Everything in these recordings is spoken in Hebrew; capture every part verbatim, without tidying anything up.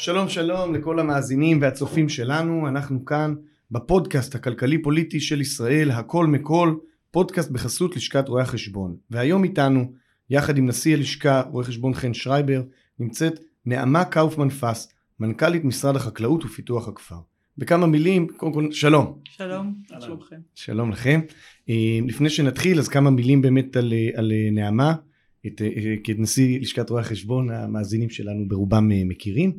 שלום שלום לכל המאזינים והצופים שלנו. אנחנו כאן בפודקאסט הכלכלי פוליטי של ישראל, הכל מכל, פודקאסט בחסות לשכת רואי החשבון. והיום איתנו, יחד עם נשיא הלשכה רואה חשבון חן שרייבר, נמצאת נעמה קאופמן פס, מנכ"לית משרד החקלאות ופיתוח הכפר. בכמה מילים, קודם כל שלום. שלום, שלומכם. שלום לכם. לפני שנתחיל, אז כמה מילים באמת על, על נעמה, את, כנשיא לשכת רואי החשבון, המאזינים שלנו ברובם מכירים.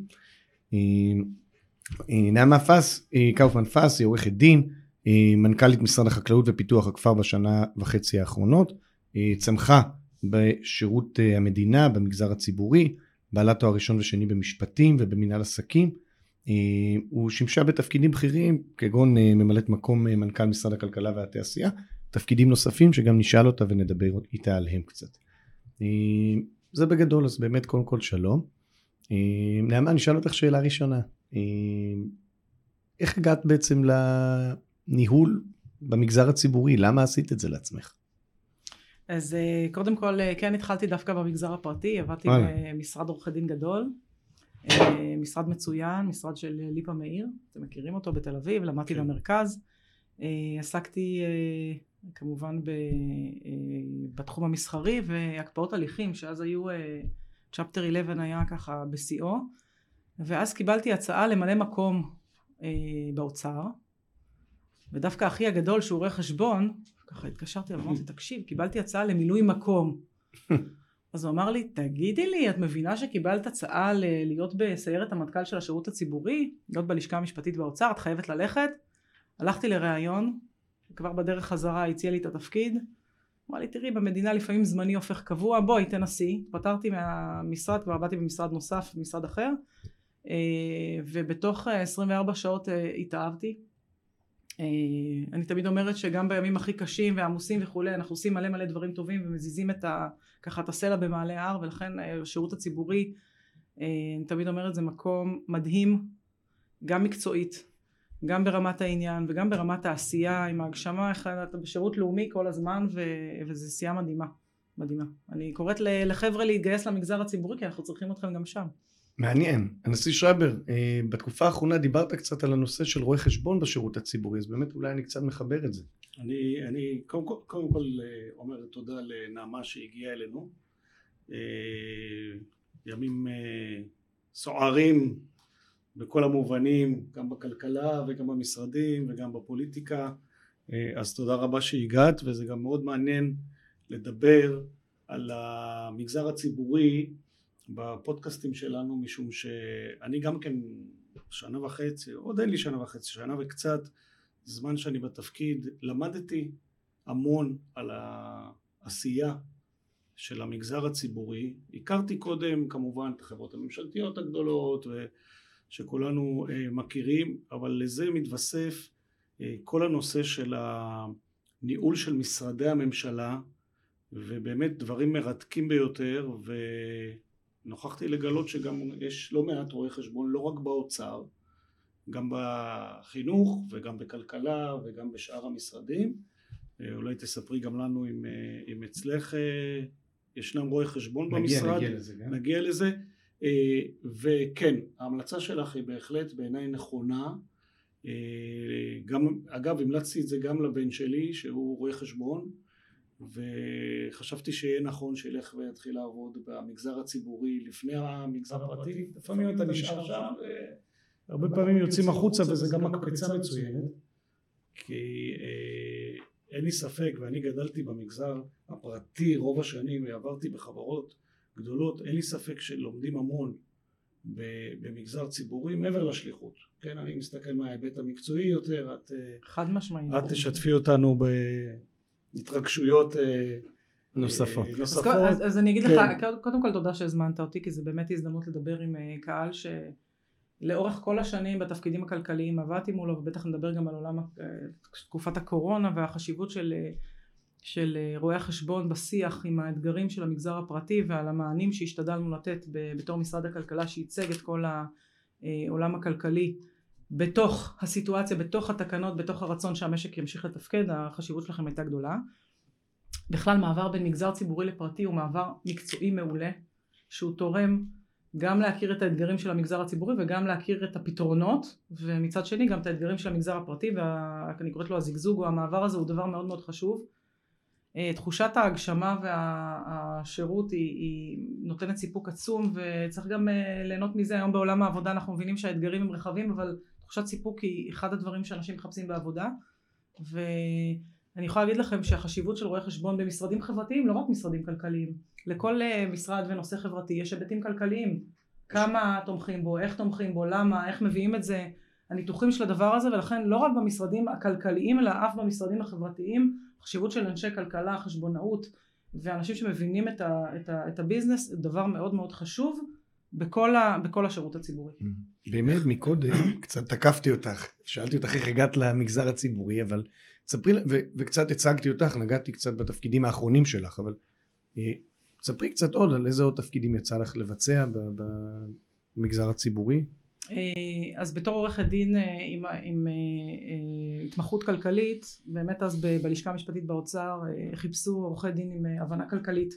נעמה פס, קאופמן פס, היא עורכת דין, מנכ"לית משרד החקלאות ופיתוח הכפר בשנה וחצי האחרונות, צמחה בשירות המדינה, במגזר הציבורי, בעלת תואר ראשון ושני במשפטים ובמנהל עסקים. הוא שימשה בתפקידים בכירים, כגון ממלאת מקום מנכ"ל משרד הכלכלה והתעשייה, תפקידים נוספים שגם נשאל אותה ונדבר איתה עליהם קצת. זה בגדול, אז באמת קודם כל שלום. נעמה, אני אשאל אותך שאלה ראשונה. איך הגעת בעצם לניהול במגזר הציבורי? למה עשית את זה לעצמך? אז קודם כל, כן התחלתי דווקא במגזר הפרטי, עבדתי במשרד עורכי דין גדול, משרד מצוין, משרד של ליפה מאיר, אתם מכירים אותו בתל אביב, למדתי כן. במרכז, עסקתי כמובן בתחום המסחרי והקפאות הליכים, שאז היו, צ'פטר אחת עשרה היה ככה בשיאו, ואז קיבלתי הצעה למלא מקום באוצר, ודווקא אחי הגדול שהוא רואה חשבון, ככה התקשרתי ואמרתי, תקשיב, קיבלתי הצעה למילוי מקום. אז הוא אמר לי, תגידי לי, את מבינה שקיבלת הצעה להיות בסיירת המטכ"ל של השירות הציבורי, להיות בלשכה המשפטית באוצר, את חייבת ללכת? הלכתי לראיון, כבר בדרך חזרה הציע לי את התפקיד, אמר לי, תראי, במדינה לפעמים זמני הופך קבוע, בואי תנסי. פתרתי מהמשרד, כבר עבדתי במשרד נוסף, במשרד אחר, ובתוך עשרים וארבע שעות התאהבתי. אני תמיד אומרת שגם בימים הכי קשים ועמוסים וכולי, אנחנו עושים מלא מלא דברים טובים ומזיזים את ה, ככה את הסלע במעלה ההר, ולכן השירות הציבורי, אני תמיד אומרת, זה מקום מדהים, גם מקצועית, גם ברמת העניין וגם ברמת העשייה עם ההגשמה. אתה בשירות לאומי כל הזמן, וזו עשייה מדהימה, מדהימה. אני קוראת לחבר'ה להתגייס למגזר הציבורי, כי אנחנו צריכים אתכם גם שם. מעניין. הנשיא שרייבר, בתקופה האחרונה דיברת קצת על הנושא של רואי חשבון בשירות הציבורי, אז באמת אולי אני קצת מחבר את זה. אני, אני קודם, קודם כל אומר תודה לנעמה שהגיעה אלינו. ימים סוערים בכל המובנים, גם בכלכלה וגם במשרדים וגם בפוליטיקה, אז תודה רבה שהגעת, וזה גם מאוד מעניין לדבר על המגזר הציבורי בפודקאסטים שלנו, משום שאני גם כן שנה וחצי, עוד אין לי שנה וחצי, שנה וקצת, זמן שאני בתפקיד, למדתי המון על העשייה של המגזר הציבורי. הכרתי קודם כמובן את החברות הממשלתיות הגדולות שכולנו מכירים, אבל לזה מתווסף כל הנושא של הניהול של משרדי הממשלה, ובאמת דברים מרתקים ביותר, ו נוכחתי לגלות שגם יש לא מעט רואי חשבון, לא רק באוצר, גם בחינוך וגם בכלכלה וגם בשאר המשרדים. אולי תספרי גם לנו אם, אם אצלך ישנם רואי חשבון נגיע, במשרד. נגיע לזה, גם. נגיע לזה. וכן, ההמלצה שלך היא בהחלט בעיניי נכונה. גם, אגב, המלצתי את זה גם לבן שלי שהוא רואה חשבון, וחשבתי שיהיה נכון שילך ויתחיל לעבוד במגזר הציבורי לפני המגזר הפרטי. לפעמים אתה נשאר שם, הרבה פעמים יוצאים החוצה, וזה גם מקפצה מצוינת, כי אין לי ספק, ואני גדלתי במגזר הפרטי רוב השנים ועברתי בחברות גדולות, אין לי ספק שלומדים המון במגזר ציבורי מעבר לשליחות. כן, אני מסתכל מההיבט המקצועי יותר, את חד משמעית. את תשתפי אותנו ב התרגשויות נוספות. אז, אז, אז אני אגיד לך, קודם כל תודה שהזמנת אותי, כי זה באמת הזדמנות לדבר עם קהל שלאורך כל השנים בתפקידים הכלכליים עבדתי מולו, ובטח נדבר גם על עולם תקופת הקורונה והחשיבות של, של רואי החשבון בשיח עם האתגרים של המגזר הפרטי, ועל המענים שהשתדלנו לתת בתור משרד הכלכלה שייצג את כל העולם הכלכלי בתוך הסיטואציה, בתוך התקנות, בתוך הרצון שהמשק ימשיך לתפקד. החשיבות שלכם הייתה גדולה. בכלל מעבר בין מגזר ציבורי לפרטי הוא מעבר מקצועי מעולה, שהוא תורם גם להכיר את האתגרים של המגזר הציבורי וגם להכיר את הפתרונות, ומצד שני גם את האתגרים של המגזר הפרטי, ואני קוראת לו הזיגזוג או המעבר הזה הוא דבר מאוד מאוד חשוב. תחושת ההגשמה והשירות היא, היא נותנת סיפוק עצום, וצריך גם ליהנות מזה. היום בעולם העבודה אנחנו מבינים שהאתגרים הם רחבים, אבל תחושת סיפוק היא אחד הדברים שאנשים מחפשים בעבודה. ואני יכולה להגיד לכם שהחשיבות של רואי חשבון במשרדים חברתיים, לא רק משרדים כלכליים, לכל משרד ונושא חברתי יש היבטים כלכליים, כמה תומכים בו, איך תומכים בו, למה, איך מביאים את זה, הניתוחים של הדבר הזה, ולכן לא רק במשרדים הכלכליים אלא אף במשרדים החברתיים, חשיבות של אנשי כלכלה, חשבונאות ואנשים שמבינים את, ה, את, ה, את הביזנס, דבר מאוד מאוד חשוב בכל, ה, בכל השירות הציבורי. באמת מקודם קצת תקפתי אותך, שאלתי אותך איך הגעת למגזר הציבורי, אבל ספרי, ו, וקצת הצגתי אותך, נגעתי קצת בתפקידים האחרונים שלך, אבל ספרי קצת עוד על איזה עוד תפקידים יצא לך לבצע במגזר הציבורי. אז בתור עורכת דין עם, עם התמחות כלכלית, באמת אז ב, בלשכה המשפטית באוצר חיפשו עורכי דין עם הבנה כלכלית.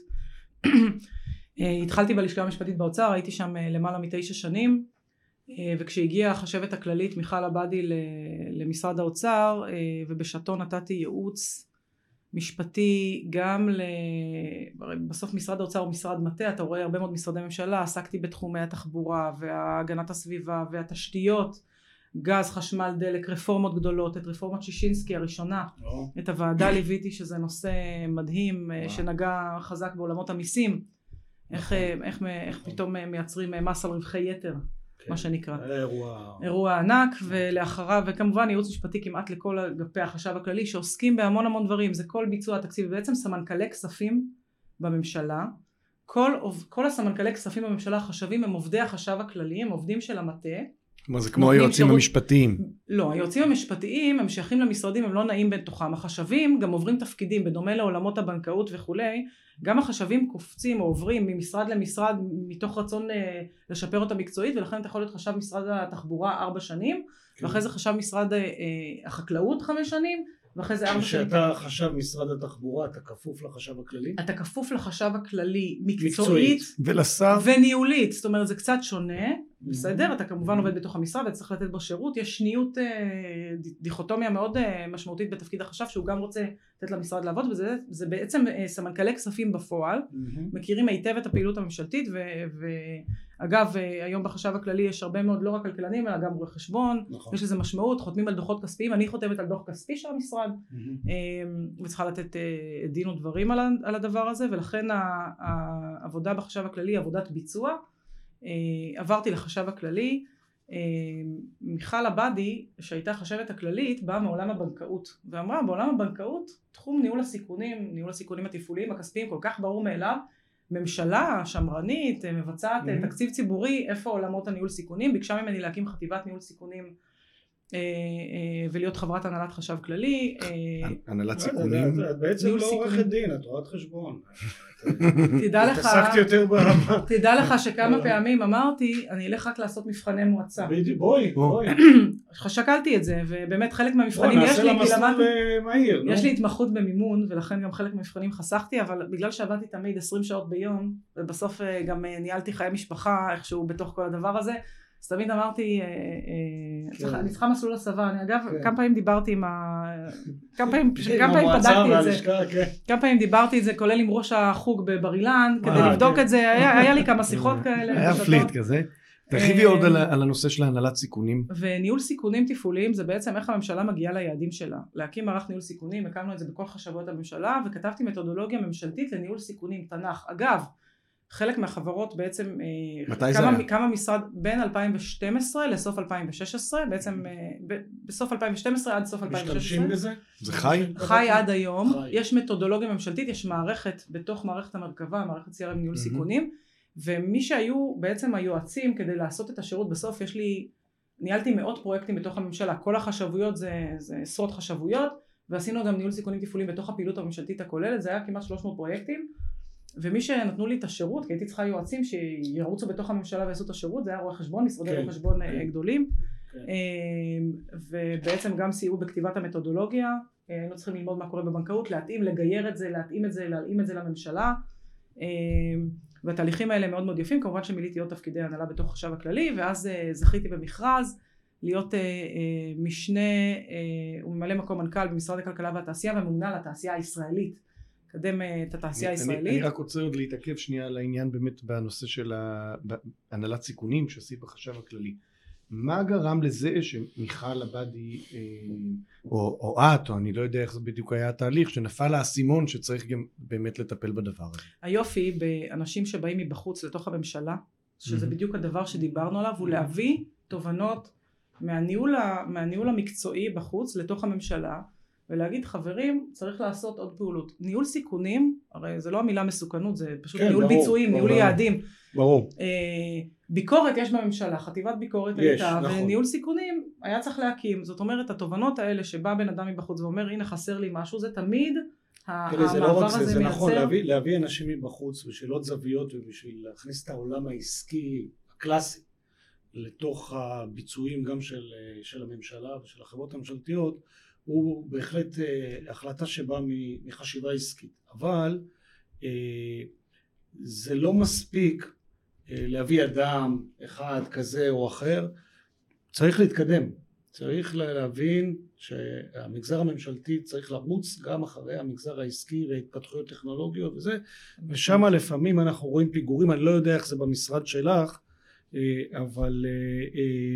התחלתי בלשכה המשפטית באוצר, הייתי שם למעלה מתשע שנים, וכשהגיעה החשבת הכללית מיכל עבדי למשרד האוצר, ובשעתו נתתי ייעוץ משפטי גם ל... בסוף משרד האוצר הוא משרד מטה, אתה רואה הרבה מאוד משרדי ממשלה, עסקתי בתחומי התחבורה והגנת הסביבה והתשתיות, גז, חשמל, דלק, רפורמות גדולות, את רפורמת שישינסקי הראשונה, oh. את הוועדה ליוויתי שזה נושא מדהים wow. שנגע חזק בעולמות המיסים, נכון. איך, איך, איך פתאום מייצרים מס על רווחי יתר, מה שנקרא. אירוע... אירוע ענק, ולאחריו, וכמובן ייעוץ משפטי כמעט לכל אגפי החשב הכללי, שעוסקים בהמון המון דברים, זה כל ביצוע התקציב, בעצם סמנכ"לי כספים בממשלה, כל, כל הסמנכ"לי כספים בממשלה, החשבים הם עובדי החשב הכללי, הם עובדים של המטה. מה זה כמו היועצים שירות... המשפטיים? לא, היועצים המשפטיים הם שייכים למשרדים, הם לא נעים בתוכם, החשבים גם עוברים תפקידים, בדומה לעולמות הבנקאות וכולי, גם החשבים קופצים או עוברים ממשרד למשרד מתוך רצון לשפר אותה מקצועית, ולכן אתה יכול להיות חשב משרד התחבורה ארבע שנים, כן. ואחרי זה חשב משרד החקלאות חמש שנים, ואחרי זה ארבע שנים. כשאתה חשב משרד התחבורה, אתה כפוף לחשב הכללי? אתה כפוף לחשב הכללי מקצועית, ולשר וניהולית, זאת אומרת זה קצת שונה, בסדר? אתה כמובן עובד בתוך המשרד וצריך לתת בו שירות, יש שניות, דיכוטומיה מאוד משמעותית בתפקיד החשב שהוא גם רוצה לתת למשרד לעבוד, וזה בעצם סמנכ"לי כספים בפועל, מכירים היטב את הפעילות הממשלתית, ואגב היום בחשב הכללי יש הרבה מאוד לא רק כלכלנים אלא גם רואי חשבון, יש לזה משמעות, חותמים על דוחות כספיים, אני חותמת על דוח כספי של המשרד, וצריכה לתת דין ודברים על הדבר הזה, ולכן העבודה בחשב הכללי היא עבודת ביצוע. עברתי לחשב הכללי, מיכל עבדי שהייתה חשבת הכללית באה מעולם הבנקאות ואמרה בעולם הבנקאות תחום ניהול הסיכונים, ניהול הסיכונים התפעוליים הכספיים כל כך ברור מאליו, ממשלה שמרנית מבצעת mm-hmm. תקציב ציבורי, איפה עולמות הניהול סיכונים, ביקשה ממני להקים חטיבת ניהול סיכונים ולהיות חברת הנהלת חשב כללי. הנהלת סיכונים? את בעצם לא עורכת דין, את רואת חשבון. תדע לך, התעסקתי יותר ברמה. תדע לך שכמה פעמים אמרתי, אני אלך רק לעשות מבחני מועצה. בואי, בואי. שקלתי את זה, ובאמת חלק מהמבחנים יש לי, יש לי התמחות במימון, ולכן גם חלק מהמבחנים חסכתי, אבל בגלל שעבדתי תמיד עשרים שעות ביום, ובסוף גם ניהלתי חיי משפחה, איכשהו בתוך כל הדבר הזה, אז תמיד אמרתי, אני צריכה מסלול הסבה, אני אגב כמה פעמים דיברתי עם ה... כמה פעמים פדקתי את זה, כמה פעמים דיברתי את זה, כולל עם ראש החוג בבר אילן, כדי לבדוק את זה, היה לי כמה שיחות כאלה. היה פליט כזה. תרחיבי עוד על הנושא של הנהלת סיכונים. וניהול סיכונים תפעוליים זה בעצם איך הממשלה מגיעה ליעדים שלה. להקים מערך ניהול סיכונים, הקמנו את זה בכל חשבות הממשלה, וכתבתי מתודולוגיה ממשלתית לניהול סיכונים, תנ"ך. אגב, חלק מהחברות בעצם, כמה, כמה משרד, בין אלפיים ושתים עשרה לסוף אלפיים ושש עשרה, בעצם ב, בסוף אלפיים ושתים עשרה עד סוף אלפיים ושש עשרה. משתמשים בזה? זה חי? חי עד היום, חי. יש מתודולוגיה ממשלתית, יש מערכת בתוך מערכת המרכבה, מערכת סי אר אם ניהול mm-hmm. סיכונים, ומי שהיו בעצם היועצים כדי לעשות את השירות בסוף, יש לי, ניהלתי מאות פרויקטים בתוך הממשלה, כל החשבויות זה, זה עשרות חשבויות, ועשינו גם ניהול סיכונים תפעולים בתוך הפעילות הממשלתית הכוללת, זה היה כמעט שלוש מאות פרויקטים, ומי שנתנו לי את השירות, כי הייתי צריכה יועצים שירוצו בתוך הממשלה ועשו את השירות, זה היה רואי חשבון, משרדי רואי חשבון גדולים, ובעצם גם סייעו בכתיבת המתודולוגיה, היינו צריכים ללמוד מה קורה בבנקאות, להתאים, לגייר את זה, להתאים את זה, להלאים את זה לממשלה, והתהליכים האלה מאוד מאוד יפים, כמובן שמיליתי עוד תפקידי הנהלה בתוך החשב הכללי, ואז זכיתי במכרז להיות משנה וממלא מקום מנכ"ל במשרד הכלכלה והתעשייה, וממונה על התעשייה הישראלית, קדם את התעשייה הישראלית. אני, אני רק רוצה עוד להתעכב שנייה על העניין באמת בנושא של הנהלת סיכונים שעשית בחשב הכללי. מה גרם לזה שמיכל עבדי או, או את, או אני לא יודע איך זה בדיוק היה התהליך, שנפל האסימון שצריך גם באמת לטפל בדבר הזה? היופי באנשים שבאים מבחוץ לתוך הממשלה, שזה בדיוק הדבר שדיברנו עליו, הוא להביא תובנות מהניהול, מהניהול המקצועי בחוץ לתוך הממשלה, ולהגיד חברים צריך לעשות עוד פעולות. ניהול סיכונים, הרי זה לא המילה מסוכנות, זה פשוט כן, ניהול ברור, ביצועים, ברור, ניהול ברור. יעדים. ברור. אה, ביקורת יש בממשלה, חטיבת ביקורת יש, הייתה, נכון. וניהול סיכונים היה צריך להקים. זאת אומרת, התובנות האלה שבא בן אדם מבחוץ ואומר הנה חסר לי משהו, זה תמיד המעבר הזה מייצר. זה, זה נכון, להביא, להביא אנשים מבחוץ בשביל עוד זוויות ובשביל להכניס את העולם העסקי הקלאסי לתוך הביצועים גם של, של הממשלה ושל החברות הממשלתיות, הוא בהחלט אה, החלטה שבאה מחשיבה עסקית, אבל אה, זה לא מספיק אה, להביא אדם אחד כזה או אחר, צריך להתקדם, צריך להבין שהמגזר הממשלתי צריך לרוץ גם אחרי המגזר העסקי והתפתחויות טכנולוגיות וזה, ושם לפעמים אנחנו רואים פיגורים, אני לא יודע איך זה במשרד שלך, אה, אבל אה, אה,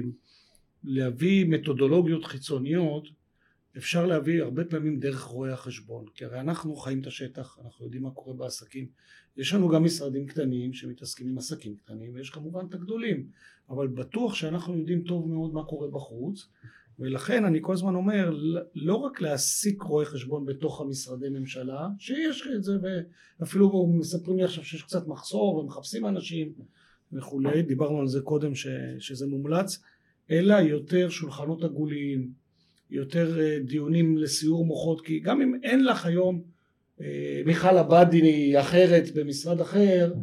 להביא מתודולוגיות חיצוניות אפשר להביא הרבה פעמים דרך רואי החשבון, כי הרי אנחנו חיים את השטח, אנחנו יודעים מה קורה בעסקים, יש לנו גם משרדים קטנים שמתעסקים עם עסקים קטנים, ויש כמובן את הגדולים, אבל בטוח שאנחנו יודעים טוב מאוד מה קורה בחוץ, ולכן אני כל הזמן אומר, לא רק להעסיק רואי חשבון בתוך המשרדי ממשלה, שיש את זה, ואפילו מספרים לי עכשיו שיש קצת מחסור, ומחפשים אנשים וכולי, דיברנו על זה קודם ש, שזה מומלץ, אלא יותר שולחנות עגוליים, יותר דיונים לסיור מוחות, כי גם אם אין לך היום מיכל עבדי אחרת במשרד אחר,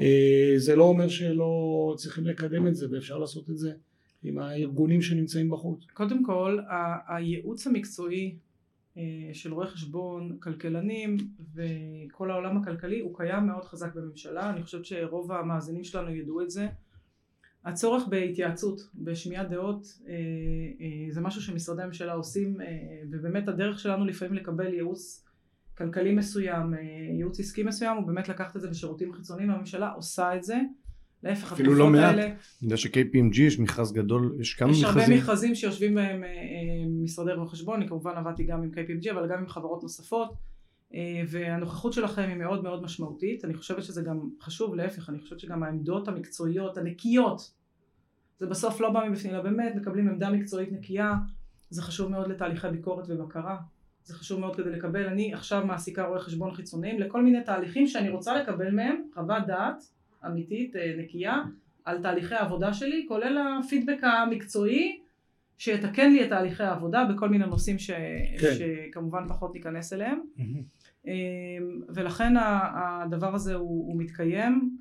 זה לא אומר שלא צריכים לקדם את זה, ואפשר לעשות את זה עם הארגונים שנמצאים בחוץ. קודם כל, הייעוץ המקצועי של רואי חשבון, כלכלנים וכל העולם הכלכלי הוא קיים מאוד חזק בממשלה, אני חושבת שרוב המאזינים שלנו ידעו את זה. הצורך בהתייעצות, בשמיעת דעות, זה משהו שמשרדי הממשלה עושים, ובאמת הדרך שלנו לפעמים לקבל ייעוץ כלכלי מסוים, ייעוץ עסקי מסוים, הוא באמת לקחת את זה בשירותים חיצוניים, הממשלה עושה את זה, להפך אפילו לא מעט, אני יודע ש-קיי פי אם ג'י יש מכרז גדול, יש כמה מכרזים. יש הרבה מכרזים שיושבים בהם משרדי רואי חשבון, אני כמובן עבדתי גם עם קיי פי אם ג'י, אבל גם עם חברות נוספות, והנוכחות שלכם היא מאוד מאוד משמעותית. אני חושבת שזה גם חשוב, להפך, אני חושבת שגם העמדות המקצועיות הנקיות, זה בסוף לא בא מבפנים, אלא באמת מקבלים עמדה מקצועית נקייה, זה חשוב מאוד לתהליכי ביקורת ובקרה, זה חשוב מאוד כדי לקבל. אני עכשיו מעסיקה רואי חשבון חיצוניים לכל מיני תהליכים שאני רוצה לקבל מהם חוות דעת אמיתית נקייה על תהליכי העבודה שלי, כולל הפידבק המקצועי שיתקן לי את תהליכי העבודה בכל מיני נושאים ש... כן. שכמובן פחות ניכנס אליהם. Mm-hmm. ולכן הדבר הזה הוא, הוא מתקיים.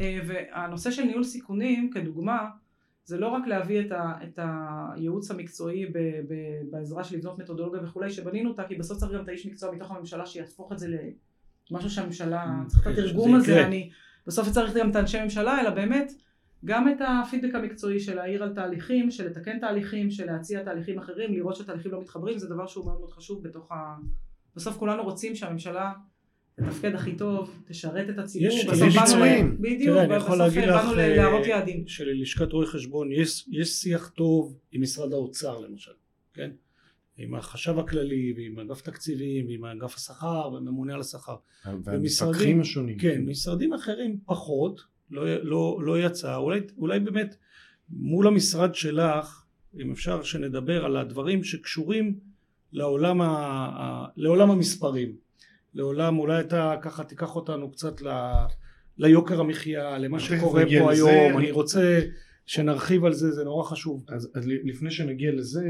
והנושא של ניהול סיכונים כדוגמה, זה לא רק להביא את, ה, את הייעוץ המקצועי ב, ב, בעזרה של לבנות מתודולוגיה וכולי, שבנינו אותה, כי בסוף צריך גם את האיש מקצוע מתוך הממשלה שיהפוך את זה למשהו שהממשלה צריך את התרגום הזה. אני, בסוף צריך גם את האנשי ממשלה, אלא באמת גם את הפידבק המקצועי של להעיר על תהליכים, של לתקן תהליכים, של להציע תהליכים אחרים, לראות שתהליכים לא מתחברים, זה דבר שהוא מאוד מאוד חשוב בתוך ה... בסוף כולנו רוצים שהממשלה תתפקד הכי טוב, תשרת את הציבור. יש ביצועים. בדיוק, בסוף באנו להראות יעדים. שללשכת רואי חשבון יש, יש שיח טוב עם משרד האוצר למשל, כן? עם החשב הכללי ועם אגף תקציבים ועם אגף השכר וממונה על השכר. והמפקחים השונים. כן, משרדים אחרים פחות, לא, לא, לא יצא, אולי, אולי באמת מול המשרד שלך, אם אפשר שנדבר על הדברים שקשורים לעולם, ה, לעולם המספרים. לעולם, אולי אתה ככה תיקח אותנו קצת ל, ליוקר המחיה, למה שקורה פה היום, זה, אני רוצה שנרחיב על זה, זה נורא חשוב. אז, אז לפני שנגיע לזה,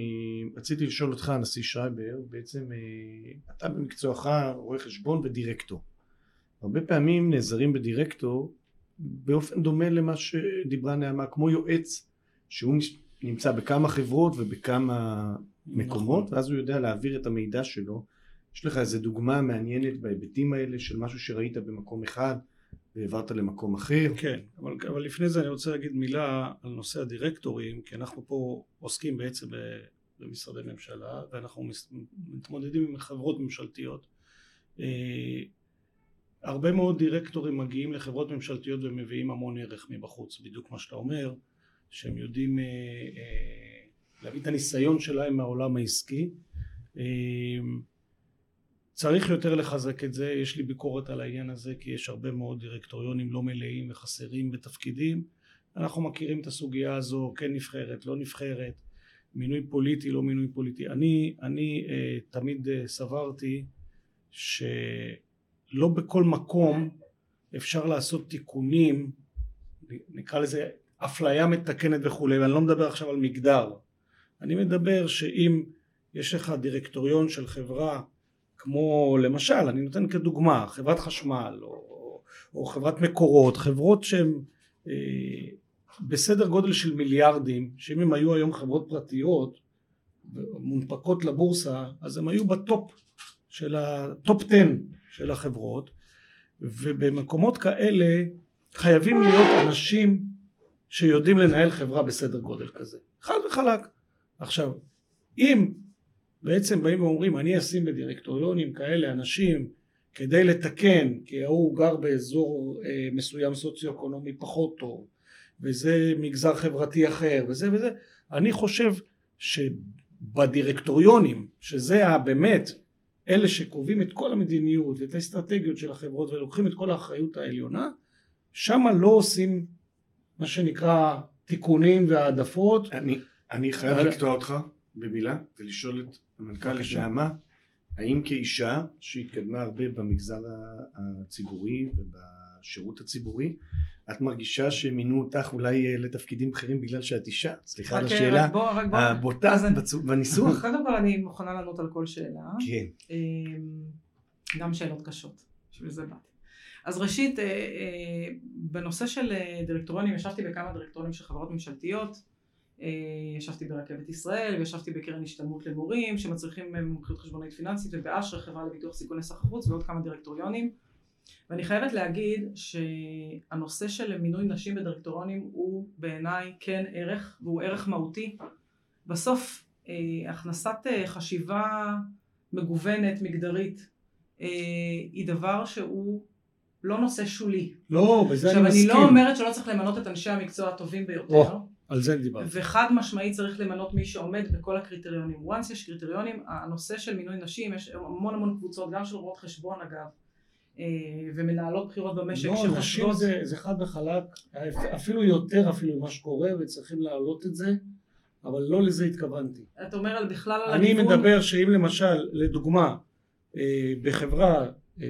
רציתי לשאול אותך, הנשיא שרייבר, בעצם אתה במקצועך רואה חשבון ודירקטור. הרבה פעמים נעזרים בדירקטור באופן דומה למה שדיברה נעמה, כמו יועץ שהוא נמצא בכמה חברות ובכמה מקומות, ואז הוא יודע להעביר את המידע שלו. יש לך איזו דוגמה מעניינת בהיבטים האלה של משהו שראית במקום אחד והעברת למקום אחר. כן, אבל, אבל לפני זה אני רוצה להגיד מילה על נושא הדירקטורים, כי אנחנו פה עוסקים בעצם במשרדי ממשלה, ואנחנו מתמודדים עם חברות ממשלתיות. הרבה מאוד דירקטורים מגיעים לחברות ממשלתיות ומביאים המון ערך מבחוץ, בדיוק מה שאתה אומר, שהם יודעים להביא את הניסיון שלהם מהעולם העסקי. צריך יותר לחזק את זה, יש לי ביקורת על העניין הזה, כי יש הרבה מאוד דירקטוריונים לא מלאים וחסרים בתפקידים. אנחנו מכירים את הסוגיה הזו, כן נבחרת, לא נבחרת, מינוי פוליטי, לא מינוי פוליטי. אני, אני אה, תמיד אה, סברתי שלא בכל מקום אפשר לעשות תיקונים, נקרא לזה אפליה מתקנת וכולי, ואני לא מדבר עכשיו על מגדר. אני מדבר שאם יש לך דירקטוריון של חברה, כמו למשל, אני נותן כדוגמה, חברת חשמל או, או חברת מקורות, חברות שהן אה, בסדר גודל של מיליארדים, שאם הם היו היום חברות פרטיות מונפקות לבורסה, אז הם היו בטופ של הטופ עשר של החברות, ובמקומות כאלה חייבים להיות אנשים שיודעים לנהל חברה בסדר גודל כזה, חד וחלק. עכשיו, אם בעצם באים ואומרים אני אשים בדירקטוריונים כאלה אנשים כדי לתקן, כי הוא גר באזור אה, מסוים סוציו-אקונומי פחות טוב, וזה מגזר חברתי אחר וזה וזה, אני חושב שבדירקטוריונים, שזה באמת אלה שקובעים את כל המדיניות ואת האסטרטגיות של החברות ולוקחים את כל האחריות העליונה, שם לא עושים מה שנקרא תיקונים והעדפות. אני, אני חייב אבל... לקטוע אותך במילה ולשאול את המנכ"לית נעמה, האם כאישה שהתקדמה הרבה במגזר הציבורי ובשירות הציבורי, את מרגישה שמינו אותך אולי לתפקידים בכירים בגלל שאת אישה? סליחה על השאלה הבוטה בניסוח. קודם כל אני מוכנה לענות על כל שאלה. כן. גם שאלות קשות, שבזה באתי. אז ראשית, בנושא של דירקטוריונים, ישבתי בכמה דירקטוריונים של חברות ממשלתיות, ישבתי ברכבת ישראל וישבתי בקרן השתלמות למורים שמצריכים מומחיות חשבונאית פיננסית, ובאשר חברה לביטוח סיכוני סחר חוץ ועוד כמה דירקטוריונים. ואני חייבת להגיד שהנושא של מינוי נשים בדירקטוריונים הוא בעיניי כן ערך, והוא ערך מהותי. בסוף הכנסת חשיבה מגוונת, מגדרית, היא דבר שהוא לא נושא שולי. לא, בזה אני מסכים. עכשיו אני לא אומרת שלא צריך למנות את אנשי המקצוע הטובים ביותר. על זה דיברתי. וחד משמעית צריך למנות מי שעומד בכל הקריטריונים. once יש קריטריונים, הנושא של מינוי נשים, יש המון המון קבוצות, גם של רואות חשבון אגב, ומנהלות בחירות במשק לא, שחושבות... נשים זה, זה חד וחלק, אפילו יותר אפילו מה שקורה, וצריכים להעלות את זה, אבל לא לזה התכוונתי. אתה אומר על בכלל על אני הגיוון? אני מדבר שאם למשל, לדוגמה, בחברה,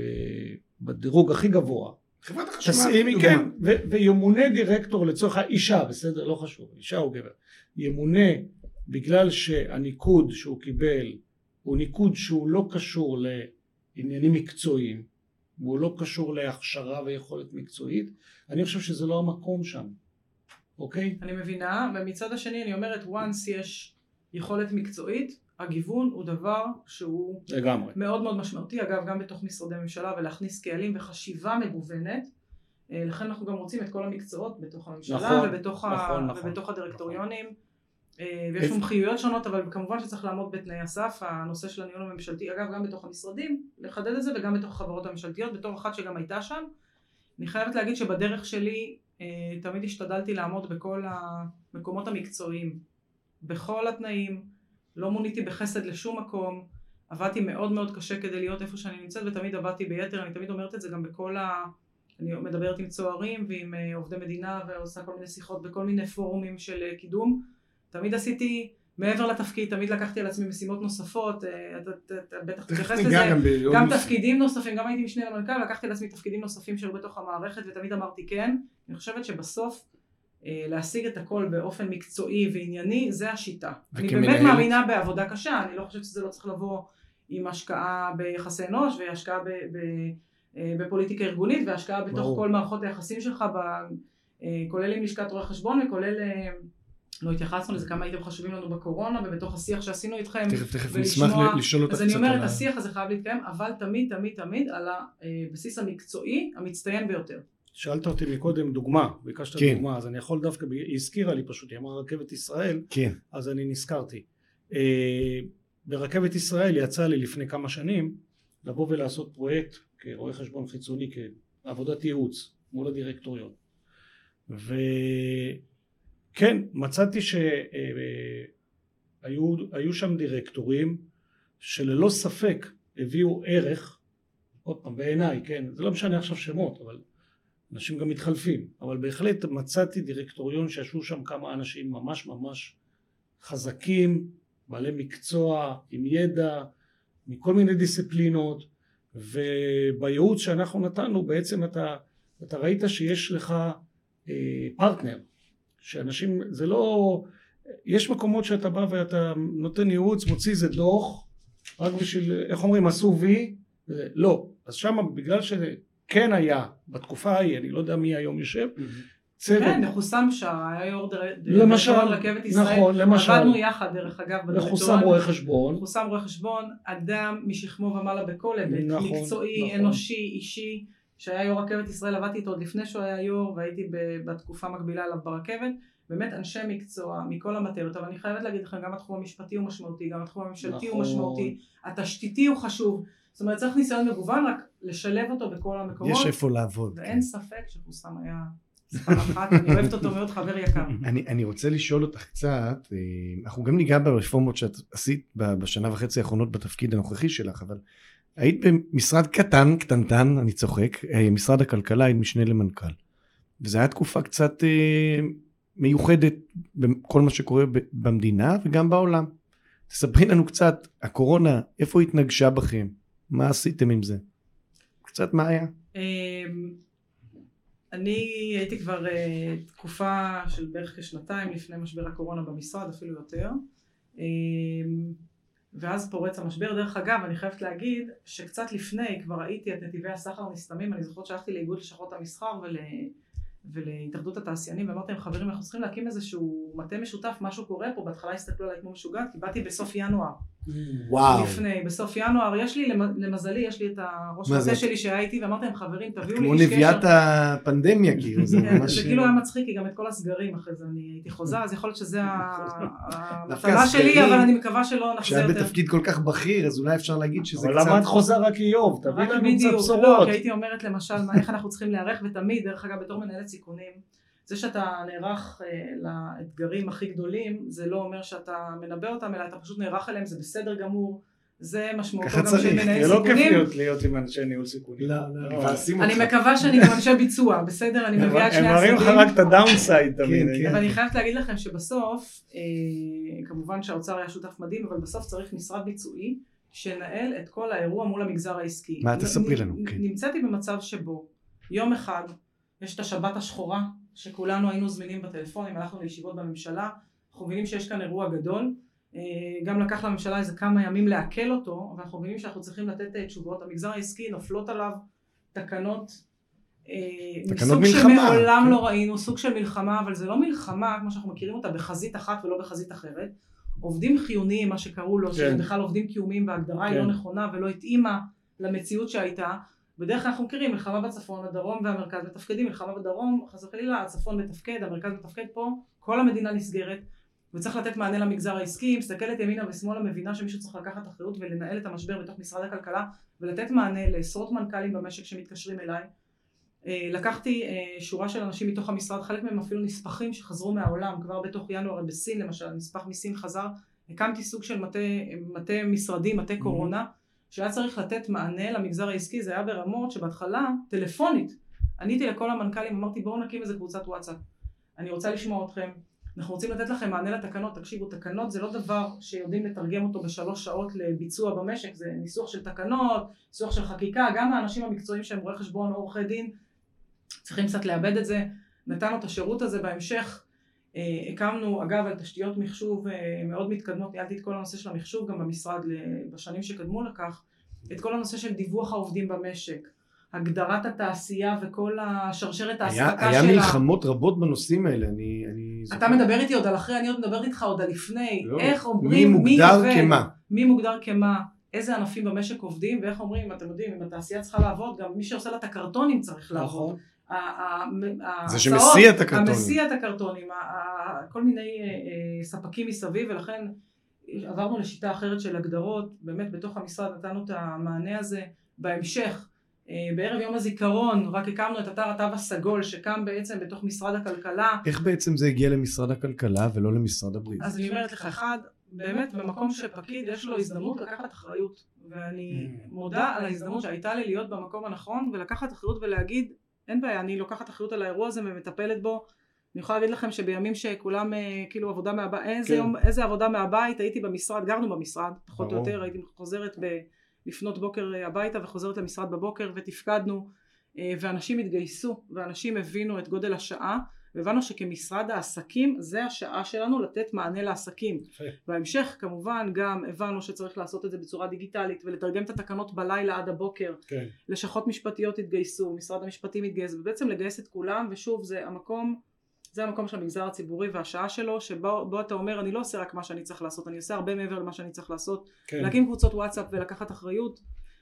בדירוג הכי גבוה, חברת החשמל, תשימי, כן, ו- וימונה דירקטור לצורך האישה, בסדר, לא חשוב, אישה או גבר, ימונה בגלל שהניקוד שהוא קיבל הוא ניקוד שהוא לא קשור לעניינים מקצועיים, והוא לא קשור להכשרה ויכולת מקצועית, אני חושב שזה לא המקום שם, אוקיי? אני מבינה, ומצד השני אני אומרת, once יש יכולת מקצועית, הגיוון הוא דבר שהוא לגמרי. מאוד מאוד משמעותי, אגב גם בתוך משרדי ממשלה, ולהכניס קהלים וחשיבה מגוונת, לכן אנחנו גם רוצים את כל המקצועות בתוך הממשלה, נכון, ובתוך, נכון, ה... נכון, ובתוך הדירקטוריונים, נכון. ויש מומחיויות שונות, אבל כמובן שצריך לעמוד בתנאי הסף, הנושא של הניהול הממשלתי, אגב גם בתוך המשרדים, לחדד את זה, וגם בתוך החברות הממשלתיות, בתור אחת שגם הייתה שם. אני חייבת להגיד שבדרך שלי תמיד השתדלתי לעמוד בכל המקומות המקצועיים, בכל התנאים, לא מוניתי בחסד לשום מקום, עבדתי מאוד מאוד קשה כדי להיות איפה שאני נמצאת, ותמיד עבדתי ביתר, אני תמיד אומרת את זה גם בכל ה... אני מדברת עם צוערים ועם עובדי מדינה, ועושה כל מיני שיחות בכל מיני פורומים של קידום. תמיד עשיתי, מעבר לתפקיד, תמיד לקחתי על עצמי משימות נוספות, אתה בטח תתייחס לזה, גם תפקידים נוספים, גם הייתי משנה למנכ"ל, לקחתי על עצמי תפקידים נוספים שהיו בתוך המערכת, ותמיד אמרתי כן. אני חושבת שבסוף, להשיג את הכל באופן מקצועי וענייני, זה השיטה. אני באמת מאמינה בעבודה קשה, אני לא חושבת שזה לא צריך לבוא עם השקעה ביחסי אנוש, והשקעה בפוליטיקה ארגונית, והשקעה בתוך כל מערכות היחסים שלך, כולל עם לשכת רואי חשבון, וכולל, לא התייחסנו לזה, כמה הייתם חשובים לנו בקורונה, ובתוך השיח שעשינו איתכם, תכף, תכף נשמח לשאול אותך קצת. אז אני אומרת, השיח הזה חייב להתקיים, אבל תמיד, תמיד, תמיד, על הבסיס המקצועי, המצטיין ביותר. שאלת אותי מקודם דוגמה, ביקשת כן. דוגמה, אז אני יכול דווקא, היא הזכירה לי פשוט, היא אמרה רכבת ישראל, כן. אז אני נזכרתי. ברכבת ישראל יצא לי לפני כמה שנים לבוא ולעשות פרויקט כרואה חשבון חיצוני, כעבודת ייעוץ מול הדירקטוריון. וכן, מצאתי שהיו שם דירקטורים שללא ספק הביאו ערך, עוד פעם בעיניי, כן, זה לא משנה עכשיו שמות, אבל אנשים גם מתחלפים, אבל בהחלט מצאתי דירקטוריון שישבו שם כמה אנשים ממש ממש חזקים, בעלי מקצוע, עם ידע, מכל מיני דיסציפלינות, ובייעוץ שאנחנו נתנו בעצם אתה, אתה ראית שיש לך אה, פרטנר, שאנשים, זה לא, יש מקומות שאתה בא ואתה נותן ייעוץ, מוציא איזה דוח, רק בשביל, איך אומרים, עשו וי, לא, אז שם בגלל שכן היה, בתקופה ההיא, אני לא יודע מי היום יושב, צוות. כן, מחוסם שעה, היה יו"ר למשל, רכבת ישראל, נכון, למשל, עבדנו יחד דרך אגב, מחוסם רואה חשבון, מחוסם רואה חשבון, אדם משכמו ומעלה בכל היבט, נכון, מקצועי, נכון. אנושי, אישי, שהיה יו"ר רכבת ישראל, עבדתי איתו עוד לפני שהוא היה יו"ר, והייתי בתקופה מקבילה אליו ברכבת, באמת אנשי מקצוע מכל המטריות, אבל אני חייבת להגיד לכם, גם התחום המשפטי הוא משמעותי, גם התחום הממשלתי נכון. הוא משמעותי, התשתיתי הוא חשוב, זאת אומרת צריך ניסיון מגוון, רק לשלב אותו בכל המקומות. יש איפה לעבוד. ואין כן. ספק שחוסם היה ספר אחת, אני אוהבת אותו מאוד, חבר יקר. אני, אני רוצה לשאול אותך קצת, אנחנו גם ניגע ברפורמות שאת עשית בשנה וחצי האחרונות בתפקיד הנוכחי שלך, אבל היית במשרד קטן, קטנטן, אני צוחק, משרד הכלכלה, היית משנה למנכ"ל. וזו הייתה תקופה קצת מיוחדת בכל מה שקורה במדינה וגם בעולם. תספרי לנו קצת, הקורונה, איפה התנגשה בכם? מה עשיתם עם זה? קצת מה היה? אני הייתי כבר תקופה של בערך כשנתיים לפני משבר הקורונה במשרד, אפילו יותר. ואז פורץ המשבר. דרך אגב, אני חייבת להגיד שקצת לפני כבר ראיתי את נתיבי הסחר נסתמים. אני זוכרת שהלכתי לאיגוד לשכות המסחר ול... ולהתאחדות התעשיינים, ואמרתי להם, חברים, אנחנו צריכים להקים איזשהו מטה משותף, משהו קורה פה, בהתחלה הסתכלו עליי כמו משוגעת, כי באתי בסוף ינואר. וואו. לפני, בסוף ינואר, יש לי, למזלי, יש לי את הראש מטה שלי שהיה איתי, ואמרתי להם, חברים, תביאו לי איש קשר. כמו נביאת הפנדמיה, כאילו. זה כאילו היה מצחיק, כי גם את כל הסגרים אחרי זה אני הייתי חוזה, אז יכול להיות שזה המטרה שלי, אבל אני מקווה שלא נחזר יותר. כשאת בתפקיד כל כך בכיר, אז אולי אפשר להגיד שזה קצת... אבל למה את חוזה רק איוב? תביא לנו קצת בשורות. לא, כי הייתי אומרת למשל, איך אנחנו צריכים להיערך, ותמיד, דרך אגב, בתור מנהלת סיכונים, זה שאתה נערך לאתגרים הכי גדולים, זה לא אומר שאתה מנבא אותם, אלא אתה פשוט נערך אליהם, זה בסדר גמור, זה משמעותו גם של מנהל סיכונים. זה לא כיף להיות עם אנשי ניהול סיכונים. לא, לא, אני מקווה שאני גם אנשי ביצוע, בסדר? אני מביאה את שני הסדים. הם מראים לך רק את הדאונסייד תמיד. אבל אני חייבת להגיד לכם שבסוף, כמובן שהאוצר היה שותף מדהים, אבל בסוף צריך משרד ביצועי, שנהל את כל האירוע מול המגזר העסקי. מה, תספרי לנו. נמצאתי במצב שבו, יום אחד, יש את השבת השחורה, שכולנו היינו זמינים בטלפונים, הלכנו לישיבות בממשלה, אנחנו מבינים שיש כאן אירוע גדול, גם לקח לממשלה איזה כמה ימים לעכל אותו, אבל אנחנו מבינים שאנחנו צריכים לתת תשובות, המגזר העסקי נופלות עליו תקנות, מסוג שמעולם לא ראינו, סוג של מלחמה, אבל זה לא מלחמה כמו שאנחנו מכירים אותה בחזית אחת ולא בחזית אחרת, עובדים חיוניים, מה שקראו לו, שבכלל עובדים קיומיים וההגדרה היא לא נכונה ולא התאימה למציאות שהייתה, בדרך כלל אנחנו מכירים מלחמה בצפון, הדרום והמרכז מתפקדים, מלחמה בדרום, חס וחלילה, הצפון מתפקד, המרכז מתפקד פה, כל המדינה נסגרת, וצריך לתת מענה למגזר העסקי, מסתכלת ימינה ושמאלה, מבינה שמישהו צריך לקחת אחריות ולנהל את המשבר בתוך משרד הכלכלה, ולתת מענה לעשרות מנכ"לים במשק שמתקשרים אליי. לקחתי שורה של אנשים מתוך המשרד, חלק מהם אפילו נספחים שחזרו מהעולם, כבר בתוך ינואר בסין למשל, נספח מסין חזר, הקמתי סוג של מטה, מטה משרדי, מטה קורונה, שהיה צריך לתת מענה למגזר העסקי, זה היה ברמות שבהתחלה, טלפונית, עניתי לכל המנכ"לים, אמרתי בואו נקים איזה קבוצת וואטסאפ, אני רוצה לשמוע אתכם, אנחנו רוצים לתת לכם מענה לתקנות, תקשיבו, תקנות זה לא דבר שיודעים לתרגם אותו בשלוש שעות לביצוע במשק, זה ניסוח של תקנות, ניסוח של חקיקה, גם האנשים המקצועיים שהם רואי חשבון או עורכי דין, צריכים קצת לאבד את זה, נתנו את השירות הזה בהמשך, הקמנו אגב על תשתיות מחשוב מאוד מתקדמות, ניהלתי את כל הנושא של המחשוב גם במשרד בשנים שקדמו לכך, את כל הנושא של דיווח העובדים במשק, הגדרת התעשייה וכל השרשרת ההספקה שלה. היה מלחמות רבות בנושאים האלה, אני... אתה מדבר איתי עוד על אחרי, אני עוד מדברת איתך עוד על לפני, איך אומרים, מי מוגדר כמה? מי מוגדר כמה, איזה ענפים במשק עובדים, ואיך אומרים, אתם יודעים, אם התעשייה צריכה לעבוד, גם מי שעושה לה את הקרטונים צריך לעבוד. זה שמסיע את הקרטונים. המסיע את הקרטונים, כל מיני ספקים מסביב, ולכן עברנו לשיטה אחרת של הגדרות, באמת בתוך המשרד נתנו את המענה הזה. בהמשך, בערב יום הזיכרון, רק הקמנו את אתר התו הסגול, שקם בעצם בתוך משרד הכלכלה. איך בעצם זה הגיע למשרד הכלכלה ולא למשרד הבריאות? אז אני אומרת לך, אחד, באמת במקום שפקיד יש לו הזדמנות לקחת אחריות, ואני מודה על ההזדמנות שהייתה לי להיות במקום הנכון, ולקחת אחריות ולהגיד, אין בעיה, אני לוקחת אחריות על האירוע הזה ומטפלת בו. אני יכולה להגיד לכם שבימים שכולם כאילו עבודה מהבית, איזה, כן. יום, איזה עבודה מהבית, הייתי במשרד, גרנו במשרד, פחות או יותר, הייתי חוזרת ב... לפנות בוקר הביתה וחוזרת למשרד בבוקר ותפקדנו, ואנשים התגייסו ואנשים הבינו את גודל השעה, והבנו שכמשרד העסקים זה השעה שלנו לתת מענה לעסקים. בהמשך כמובן גם הבנו שצריך לעשות את זה בצורה דיגיטלית ולתרגם את התקנות בלילה עד הבוקר. כן. לשכות משפטיות התגייסו, משרד המשפטים התגייס, ובעצם לגייס את כולם, ושוב זה המקום, זה המקום של המגזר הציבורי והשעה שלו, שבו אתה אומר אני לא עושה רק מה שאני צריך לעשות, אני עושה הרבה מעבר למה שאני צריך לעשות. כן. להקים קבוצות וואטסאפ ולקחת אחריות.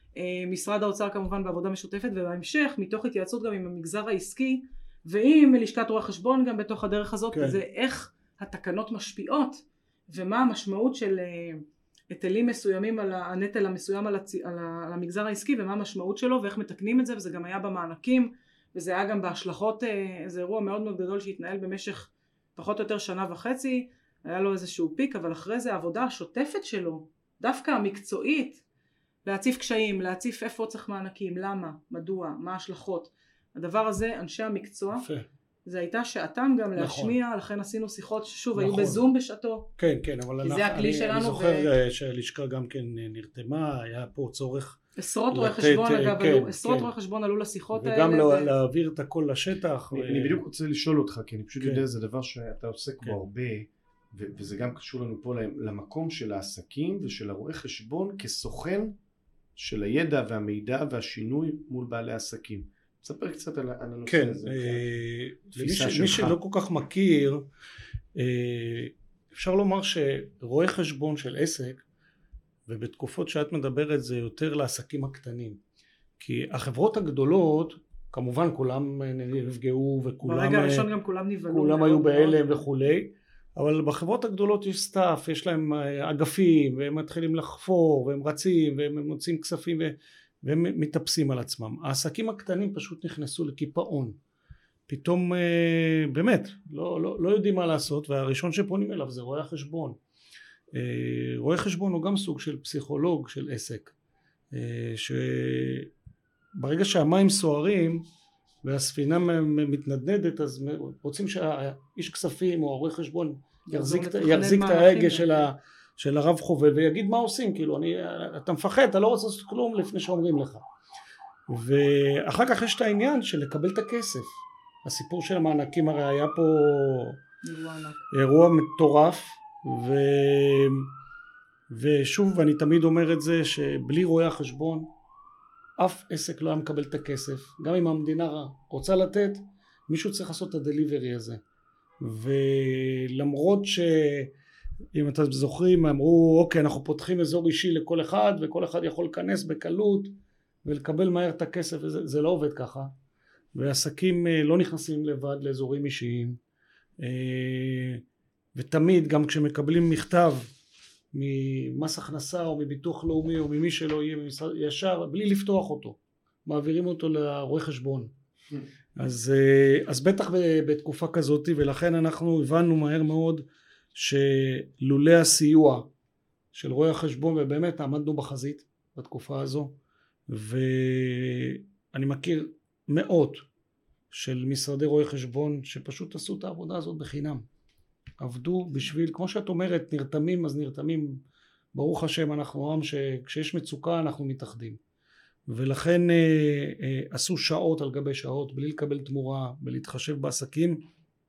משרד האוצר כמובן בעבודה משותפת, ובהמשך מתוך התייעצות גם עם המגזר העסקי ועם לשכת רואי חשבון גם בתוך הדרך הזאת. כן. זה איך התקנות משפיעות ומה המשמעות של היטלים מסוימים על הנטל המסוים על, הצ... על המגזר העסקי ומה המשמעות שלו ואיך מתקנים את זה, וזה גם היה במענקים וזה היה גם בהשלכות. איזה אירוע מאוד מאוד גדול שהתנהל במשך פחות או יותר שנה וחצי, היה לו איזשהו פיק, אבל אחרי זה העבודה השוטפת שלו, דווקא המקצועית, להציף קשיים, להציף איפה צריך מענקים, למה, מדוע, מה ההשלכות. הדבר הזה, אנשי המקצוע, יפה. זה הייתה שעתם גם נכון. להשמיע, לכן עשינו שיחות ששוב נכון. היו בזום בשעתו. כן, כן, אבל אנחנו, זה הכלי אני, שלנו. אני זוכר ו... שהלשכה גם כן נרתמה, היה פה צורך עשרות רואי חשבון אגב, כן, עלו, עשרות כן. רואי חשבון עלו לשיחות וגם האלה. וגם ו... להעביר את הכל לשטח. אני, ו... אני בדיוק רוצה לשאול אותך, כי אני פשוט כן. יודע, זה דבר שאתה עוסק כן. בו הרבה, ו- וזה גם קשור לנו פה למקום של העסקים ושל הרואי חשבון כסוכן של הידע והמידע והשינוי מול בעלי עסקים. תספר קצת על הנושא כן, הזה. כן, מי שלא כל כך מכיר, אפשר לומר שרואי חשבון של עסק, ובתקופות שאת מדברת זה יותר לעסקים הקטנים. כי החברות הגדולות, כמובן כולם נפגעו וכולם... ברגע הראשון גם כולם נבהלו. כולם היו בהלם וכולי. אבל בחברות הגדולות יש סטאפ, יש להם אגפים, והם מתחילים לחפור, והם רצים, והם מוצאים כספים, והם מתאפסים על עצמם. העסקים הקטנים פשוט נכנסו לקיפאון. פתאום, באמת, לא, לא, לא יודעים מה לעשות, והראשון שפונים אליו זה רואי החשבון. רואי חשבון הוא גם סוג של פסיכולוג של עסק, שברגע שהמים סוערים, והספינה מתנדנדת, אז רוצים שהאיש כספים או הרואה חשבון יחזיק, יחזיק את ההגה של, ה, של הרב חובל ויגיד מה עושים, כאילו אני, אתה מפחד, אתה לא רוצה לעשות כלום לפני שאומרים לך. ואחר כך יש את העניין של לקבל את הכסף. הסיפור של המענקים הרי היה פה אירוע מטורף, ו... ושוב ואני תמיד אומר את זה שבלי רואי החשבון אף עסק לא היה מקבל את הכסף. גם אם המדינה רוצה לתת, מישהו צריך לעשות את הדליברי הזה. ולמרות שאם אתם זוכרים, אמרו אוקיי אנחנו פותחים אזור אישי לכל אחד וכל אחד יכול להיכנס בקלות ולקבל מהר את הכסף, וזה, זה לא עובד ככה. ועסקים לא נכנסים לבד לאזורים אישיים, ותמיד גם כשמקבלים מכתב ממס הכנסה או מביטוח לאומי או ממי שלא יהיה ישר, בלי לפתוח אותו, מעבירים אותו לרואה חשבון. אז, אז בטח בתקופה כזאת, ולכן אנחנו הבנו מהר מאוד שלולא הסיוע של רואי החשבון, ובאמת עמדנו בחזית בתקופה הזו, ואני מכיר מאות של משרדי רואי חשבון שפשוט עשו את העבודה הזאת בחינם. עבדו בשביל, כמו שאת אומרת, נרתמים, אז נרתמים, ברוך השם, אנחנו עם שכשיש מצוקה אנחנו מתאחדים. ולכן אה, אה, עשו שעות על גבי שעות, בלי לקבל תמורה, בלהתחשב בעסקים.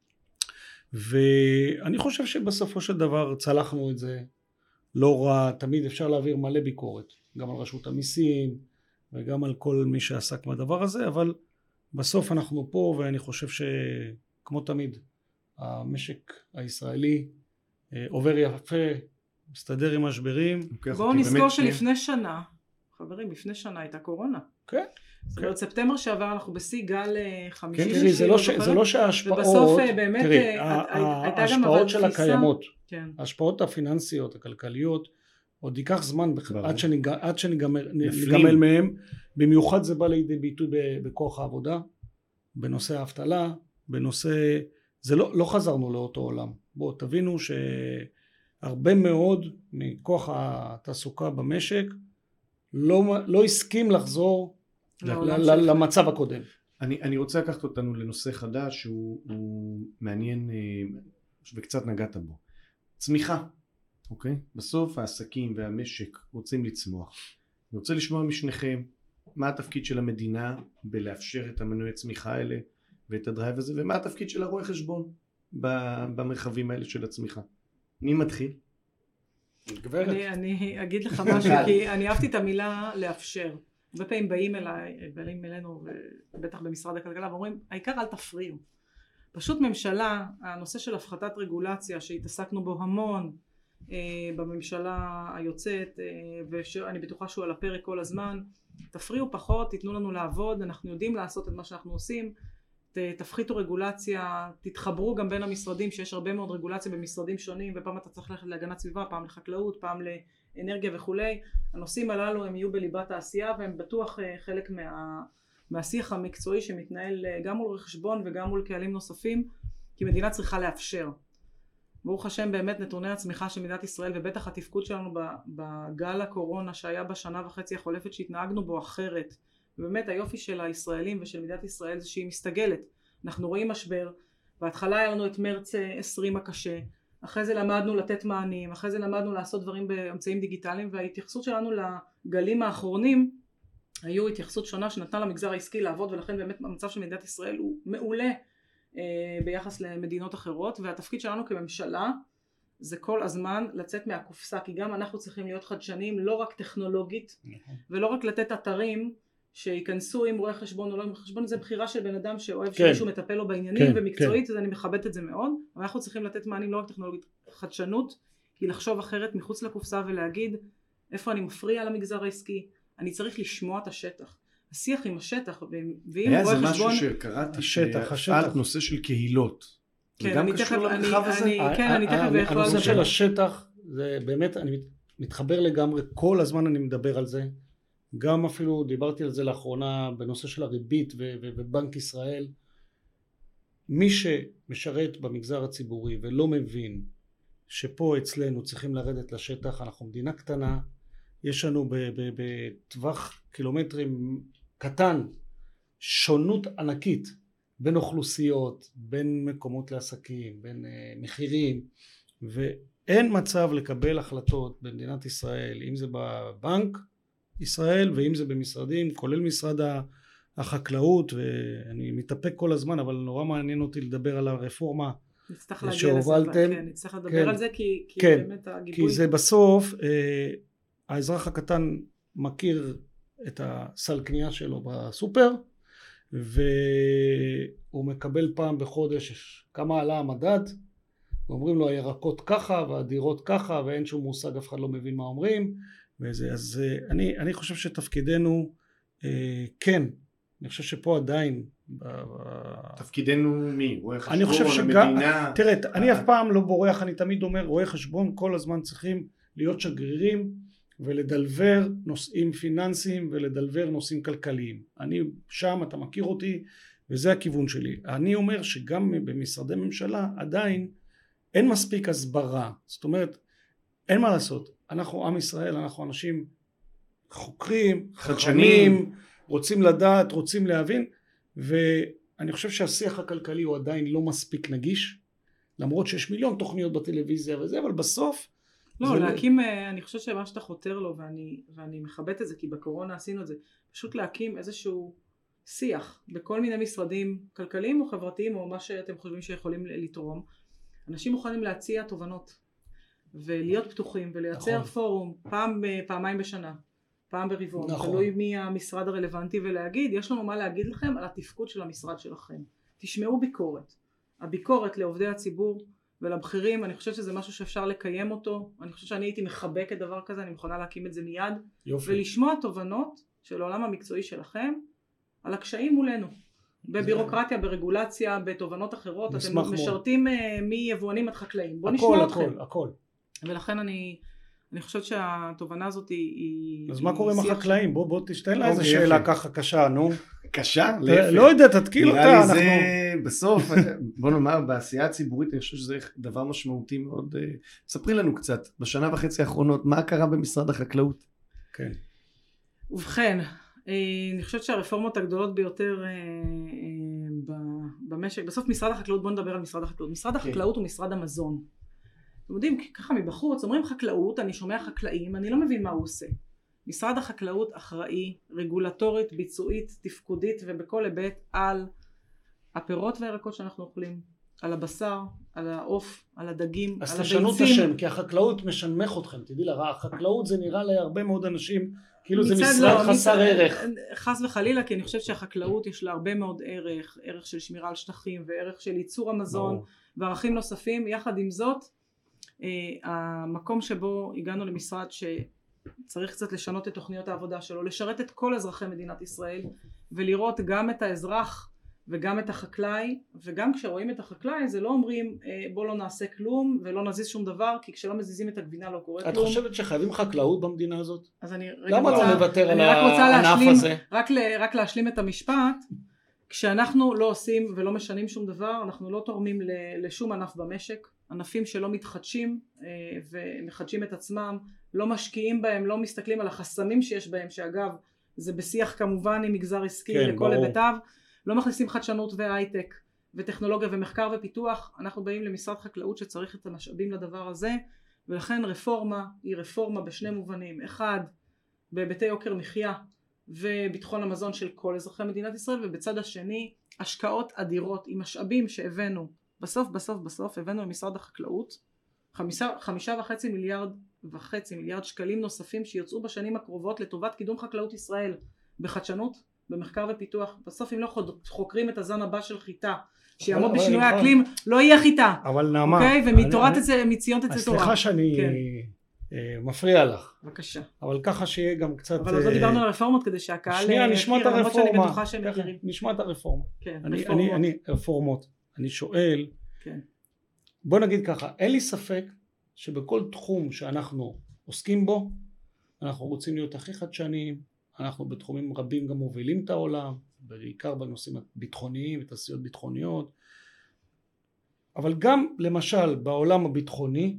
ואני חושב שבסופו של דבר צלחנו את זה לא רע, תמיד אפשר להעביר מלא ביקורת, גם על רשות המיסים, וגם על כל מי שעסק מהדבר הזה, אבל בסוף אנחנו פה, ואני חושב שכמו תמיד, המשק הישראלי עובר יפה, מסתדר עם משברים. בואו נזכור שלפני שנה, חברים, לפני שנה הייתה קורונה. כן. זאת אומרת, ספטמבר שעבר אנחנו בשיא גל חמישי. כן, תראי, זה לא שההשפעות, ובסוף באמת תראי, ההשפעות שלה קיימות. כן. ההשפעות הפיננסיות, הכלכליות, עוד ייקח זמן עד שניגמל מהם, במיוחד זה בא לידי ביטוי בכוח העבודה, בנושא האבטלה, בנושא, זה לא, לא חזרנו לאותו עולם. בואו תבינו שהרבה מאוד מכוח התעסוקה במשק לא, לא הסכים לחזור למצב הקודם. אני, אני רוצה לקחת אותנו לנושא חדש שהוא מעניין וקצת נגעת בו. צמיחה, אוקיי? בסוף העסקים והמשק רוצים לצמוח. אני רוצה לשמוע משניכם מה התפקיד של המדינה בלאפשר את המנועי צמיחה האלה ואת הדרייב הזה, ומה התפקיד של הרואי חשבון במרחבים האלה של הצמיחה. מי מתחיל? גברת. אני, אני אגיד לך משהו, כי אני אהבתי את המילה לאפשר. הרבה פעמים באים אליי, באים אלינו, בטח במשרד הכלכלה, ואומרים, העיקר אל תפריעו. פשוט ממשלה, הנושא של הפחתת רגולציה, שהתעסקנו בו המון אה, בממשלה היוצאת, אה, ואני בטוחה שהוא על הפרק כל הזמן, תפריעו פחות, תיתנו לנו לעבוד, אנחנו יודעים לעשות את מה שאנחנו עושים, ת, תפחיתו רגולציה, תתחברו גם בין המשרדים, שיש הרבה מאוד רגולציה במשרדים שונים, ופעם אתה צריך ללכת להגנת סביבה, פעם לחקלאות, פעם לאנרגיה וכולי. הנושאים הללו הם יהיו בליבת העשייה, והם בטוח חלק מה, מהשיח המקצועי שמתנהל גם מול רואי חשבון וגם מול קהלים נוספים, כי מדינה צריכה לאפשר. ברוך השם באמת נתוני הצמיחה של מדינת ישראל, ובטח התפקוד שלנו בגל הקורונה שהיה בשנה וחצי החולפת שהתנהגנו בו אחרת, ובאמת היופי של הישראלים ושל מדינת ישראל זה שהיא מסתגלת. אנחנו רואים משבר, בהתחלה היה לנו את מרץ עשרים הקשה, אחרי זה למדנו לתת מענים, אחרי זה למדנו לעשות דברים באמצעים דיגיטליים, וההתייחסות שלנו לגלים האחרונים היו התייחסות שונה שנתנה למגזר העסקי לעבוד, ולכן באמת המצב של מדינת ישראל הוא מעולה אה, ביחס למדינות אחרות, והתפקיד שלנו כממשלה זה כל הזמן לצאת מהקופסה, כי גם אנחנו צריכים להיות חדשנים, לא רק טכנולוגית, ולא רק לתת אתרים שיכנסו עם רואה חשבון או לא עם חשבון, זה בחירה של בן אדם שאוהב כן. שמישהו מטפל לו בעניינים, כן, ומקצועית, כן. אז אני מכבדת את זה מאוד, אבל אנחנו צריכים לתת מענים לא רק טכנולוגית, חדשנות, היא לחשוב אחרת מחוץ לקופסה ולהגיד איפה אני מפריע למגזר העסקי, אני צריך לשמוע את השטח, השיח עם השטח, ואם היה רואה זה חשבון... משהו שקראתי השטח, השטח. נושא של קהילות, כן, זה גם קשור למרחב הזה? אני, כן, אני תכף ואיך לא... הנושא של השטח, זה באמת, אני מתחבר לגמרי, כל הזמן אני מדבר על זה, גם אפילו דיברתי על זה לאחרונה בנושא של הריבית ובנק ישראל. מי שמשרת במגזר הציבורי ולא מבין שפה אצלנו צריכים לרדת לשטח, אנחנו מדינה קטנה, יש לנו בטווח קילומטרים קטן שונות ענקית בין אוכלוסיות, בין מקומות לעסקים, בין מחירים, ואין מצב לקבל החלטות במדינת ישראל, אם זה בבנק ישראל ואם זה במשרדים, כולל משרד החקלאות, ואני מתאפק כל הזמן, אבל נורא מעניין אותי לדבר על הרפורמה שהובלתם. כן, נצטרך לדבר כן, על זה, כי, כי כן, באמת הגיבוי... כי זה בסוף, אה, האזרח הקטן מכיר את הסל קנייה שלו בסופר, והוא מקבל פעם בחודש כמה עלה המדד, ואומרים לו הירקות ככה והדירות ככה, ואין שום מושג, אף אחד לא מבין מה אומרים, וזה, אז אני, אני חושב שתפקידנו, אה, כן, אני חושב שפה עדיין, תפקידנו מי? רואה חשבון, אני חושב שגם, המדינה? תראה, אני אף פעם לא בורח, אני תמיד אומר, רואה חשבון כל הזמן צריכים להיות שגרירים, ולדלבר נושאים פיננסיים, ולדלבר נושאים כלכליים. אני שם, אתה מכיר אותי, וזה הכיוון שלי. אני אומר שגם במשרדי ממשלה, עדיין אין מספיק הסברה. זאת אומרת, אין מה לעשות. אנחנו עם ישראל, אנחנו אנשים חוקרים, חדשנים, רוצים לדעת, רוצים להבין, ואני חושב שהשיח הכלכלי הוא עדיין לא מספיק נגיש, למרות שיש מיליון תוכניות בטלוויזיה וזה, אבל בסוף... לא, להקים, אני חושב שמה שאתה חותר לו, ואני, ואני מכבדת את זה, כי בקורונה עשינו את זה, פשוט להקים איזשהו שיח בכל מיני משרדים כלכליים או חברתיים, או מה שאתם חושבים שיכולים לתרום. אנשים מוכנים להציע תובנות. ולהיות פתוחים ולייצר נכון. פורום פעם, פעמיים בשנה, פעם ברבעון, נכון. תלוי מי המשרד הרלוונטי, ולהגיד, יש לנו מה להגיד לכם על התפקוד של המשרד שלכם. תשמעו ביקורת. הביקורת לעובדי הציבור ולבחירים, אני חושבת שזה משהו שאפשר לקיים אותו, אני חושבת שאני הייתי מחבקת דבר כזה, אני מוכנה להקים את זה מיד, יופי. ולשמוע תובנות של העולם המקצועי שלכם, על הקשיים מולנו, בבירוקרטיה, ברגולציה, בתובנות אחרות, אתם משרתים מיבואנים עד חקלאים, בואו נשמע אתכם. הכל, הכל, הכל. ולכן אני, אני חושבת שהתובנה הזאת היא... אז מה קורה עם החקלאים? בוא, בוא תשתן לה איזה שאלה ככה קשה, נו. קשה? לא יודע, תתקיל אותה. נראה לי זה בסוף, בוא נאמר, בעשייה הציבורית, אני חושב שזה דבר משמעותי מאוד. ספרי לנו קצת, בשנה וחצי האחרונות, מה קרה במשרד החקלאות? כן. ובכן, אני חושבת שהרפורמות הגדולות ביותר במשק, בסוף משרד החקלאות, בוא נדבר על משרד החקלאות. משרד החקלאות הוא משרד המזון. אתם יודעים, ככה מבחוץ, אומרים חקלאות, אני שומע חקלאים, אני לא מבין מה הוא עושה. משרד החקלאות אחראי, רגולטורית, ביצועית, תפקודית ובכל היבט על הפירות והירקות שאנחנו אוכלים, על הבשר, על העוף, על הדגים, על הביצים. אז תשנו את השם, כי החקלאות משנמך אתכם, תדעי לרע, החקלאות זה נראה להרבה מאוד אנשים, כאילו זה משרד לא, חסר מצד, ערך. חס וחלילה, כי אני חושבת שהחקלאות יש לה הרבה מאוד ערך, ערך של שמירה על שטחים וערך של ייצור המזון ברור. וערכים נוספים. יחד עם זאת, המקום שבו הגענו למשרד שצריך קצת לשנות את תוכניות העבודה שלו, לשרת את כל אזרחי מדינת ישראל ולראות גם את האזרח וגם את החקלאי, וגם כשרואים את החקלאי זה לא אומרים בוא לא נעשה כלום ולא נזיז שום דבר, כי כשלא מזיזים את הגבינה לא קורה כלום. את חושבת שחייבים חקלאות במדינה הזאת? אז אני למה לא נוותר על הענף הזה? רק, רק להשלים את המשפט, כשאנחנו לא עושים ולא משנים שום דבר, אנחנו לא תורמים לשום ענף במשק. ענפים שלא מתחדשים ומחדשים את עצמם, לא משקיעים בהם, לא מסתכלים על החסמים שיש בהם, שאגב זה בשיח כמובן עם מגזר עסקי כן, לכל היבטיו, לא מכניסים חדשנות והייטק וטכנולוגיה ומחקר ופיתוח. אנחנו באים למשרד חקלאות שצריך את המשאבים לדבר הזה, ולכן רפורמה היא רפורמה בשני מובנים. אחד, בהיבטי יוקר מחיה וביטחון המזון של כל אזרחי מדינת ישראל, ובצד השני השקעות אדירות עם משאבים שהבאנו בסוף בסוף בסוף הבאנו למשרד החקלאות חמישה, חמישה וחצי מיליארד וחצי מיליארד שקלים נוספים שיוצאו בשנים הקרובות לטובת קידום חקלאות ישראל בחדשנות, במחקר ופיתוח. בסוף אם לא חוקרים את הזן הבא של חיטה שיעמוד בשינוי האקלים, לא יהיה חיטה. אבל נעמה, אוקיי? ומתורת את זה, מציון תצא תורה. סליחה שאני מפריע לך. בבקשה. אבל ככה שיהיה גם קצת... אבל עוד לא דיברנו על הרפורמות כדי שהקהל... שנייה, נשמע את הרפורמה. מכירים. נשמע את הרפורמה. כן, אני, רפורמות. אני, אני, רפורמות. אני שואל, כן. בוא נגיד ככה, אין לי ספק שבכל תחום שאנחנו עוסקים בו, אנחנו רוצים להיות הכי חדשניים, אנחנו בתחומים רבים גם מובילים את העולם, בעיקר בנושאים הביטחוניים ותעשיות ביטחוניות, אבל גם למשל בעולם הביטחוני,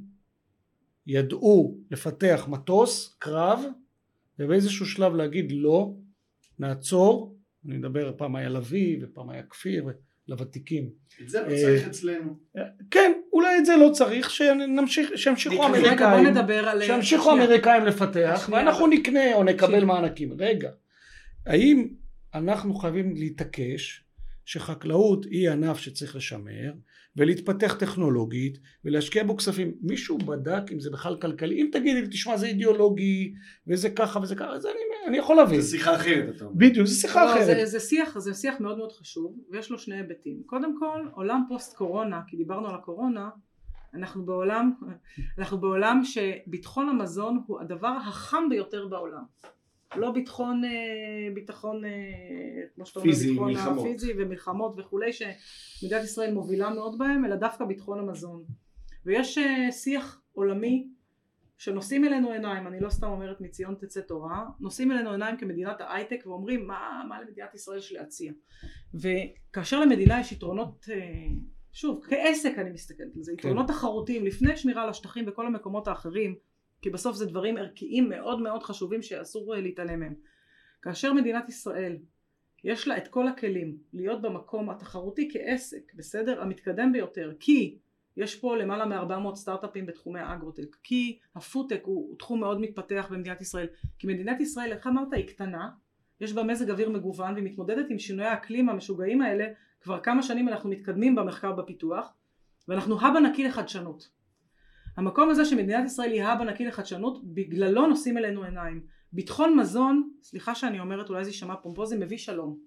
ידעו לפתח מטוס, קרב, ובאיזשהו שלב להגיד לא, נעצור, אני מדבר פעם היה לוי ופעם היה כפיר לוותיקים. את זה לא צריך אצלנו. כן, אולי את זה לא צריך, שימשיכו אמריקאים, שימשיכו אמריקאים לפתח, ואנחנו נקנה או נקבל מענקים. רגע, האם אנחנו חייבים להתעקש שחקלאות היא ענף שצריך לשמר, ולהתפתח טכנולוגית, ולהשקיע בו כספים? מישהו בדק אם זה בכלל כלכלי? אם תגידי לי, תשמע, זה אידיאולוגי, וזה ככה וזה ככה, אז אני, אני יכול להבין. זה שיחה אחרת, אתה אומר. בדיוק, זה שיחה לא, אחרת. זה, זה שיח, זה שיח מאוד מאוד חשוב, ויש לו שני היבטים. קודם כל, עולם פוסט קורונה, כי דיברנו על הקורונה, אנחנו בעולם, אנחנו בעולם שביטחון המזון הוא הדבר החם ביותר בעולם. לא ביטחון, ביטחון, כמו שאתה אומר, ביטחון מלחמות. הפיזי ומלחמות וכולי, שמדינת ישראל מובילה מאוד בהם, אלא דווקא ביטחון המזון. ויש שיח עולמי שנושאים אלינו עיניים, אני לא סתם אומרת מציון תצא תורה, נושאים אלינו עיניים כמדינת ההייטק ואומרים מה, מה למדינת ישראל יש להציע. וכאשר למדינה יש יתרונות, שוב, כעסק אני מסתכלת על זה, יתרונות תחרותיים לפני שמירה על השטחים וכל המקומות האחרים, כי בסוף זה דברים ערכיים מאוד מאוד חשובים שאסור להתעלם מהם. כאשר מדינת ישראל יש לה את כל הכלים להיות במקום התחרותי כעסק, בסדר? המתקדם ביותר, כי יש פה למעלה מ-ארבע מאות סטארט-אפים בתחומי האגרוטק, כי הפודטק הוא, הוא תחום מאוד מתפתח במדינת ישראל, כי מדינת ישראל, איך אמרת, היא קטנה, יש בה מזג אוויר מגוון והיא מתמודדת עם שינויי האקלים המשוגעים האלה, כבר כמה שנים אנחנו מתקדמים במחקר בפיתוח, ואנחנו הב ענקי לחדשנות. המקום הזה שמדינת ישראל היא הב ענקי לחדשנות, בגללו נושאים אלינו עיניים. ביטחון מזון, סליחה שאני אומרת, אולי זה יישמע פומפוזי, מביא שלום.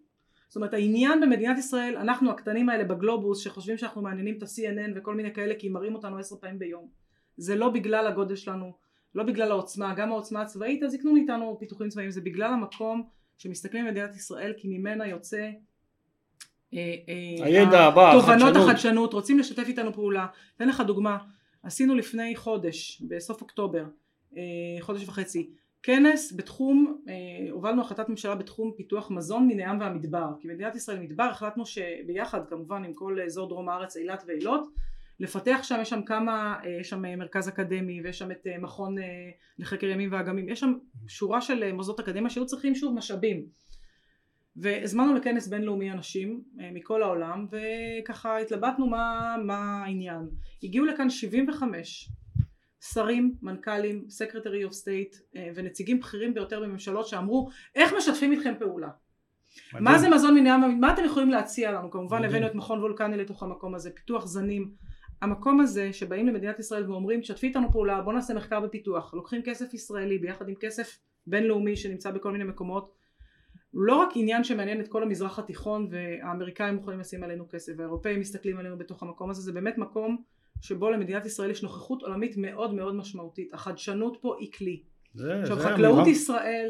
זאת אומרת העניין במדינת ישראל, אנחנו הקטנים האלה בגלובוס שחושבים שאנחנו מעניינים את ה-סי אן אן וכל מיני כאלה כי מראים אותנו עשר פעמים ביום, זה לא בגלל הגודל שלנו, לא בגלל העוצמה, גם העוצמה הצבאית, אז יקנו מאיתנו פיתוחים צבאיים, זה בגלל המקום שמסתכלים במדינת ישראל כי ממנה יוצא הידע הבא, תובנות החדשנות, רוצים לשתף איתנו פעולה. אתן לך דוגמה, עשינו לפני חודש, בסוף אוקטובר, חודש וחצי, כנס בתחום, הובלנו החלטת ממשלה בתחום פיתוח מזון מן הים והמדבר, כי מדינת ישראל מדבר, החלטנו שביחד כמובן עם כל אזור דרום הארץ, אילת ואילות, לפתח שם, יש שם כמה, יש שם מרכז אקדמי ויש שם את מכון לחקר ימים ואגמים, יש שם שורה של מוסדות אקדמיה שהיו צריכים שוב משאבים, והזמנו לכנס בינלאומי אנשים מכל העולם וככה התלבטנו מה, מה העניין. הגיעו לכאן שבעים וחמש שרים, מנכ"לים, סקרטרי אוף סטייט ונציגים בכירים ביותר בממשלות שאמרו איך משתפים איתכם פעולה. מדהים. מה זה מזון מן הים, מה אתם יכולים להציע לנו? כמובן מדהים. הבאנו את מכון וולקני לתוך המקום הזה, פיתוח זנים. המקום הזה שבאים למדינת ישראל ואומרים שתפי איתנו פעולה, בוא נעשה מחקר ופיתוח, לוקחים כסף ישראלי ביחד עם כסף בינלאומי שנמצא בכל מיני מקומות, לא רק עניין שמעניין את כל המזרח התיכון והאמריקאים יכולים לשים עלינו כסף והאירופאים מסתכלים עלינו בתוך המקום הזה, זה באמת מקום שבו למדינת ישראל יש נוכחות עולמית מאוד מאוד משמעותית, החדשנות פה היא כלי. זה, עכשיו זה חקלאות אמירה. ישראל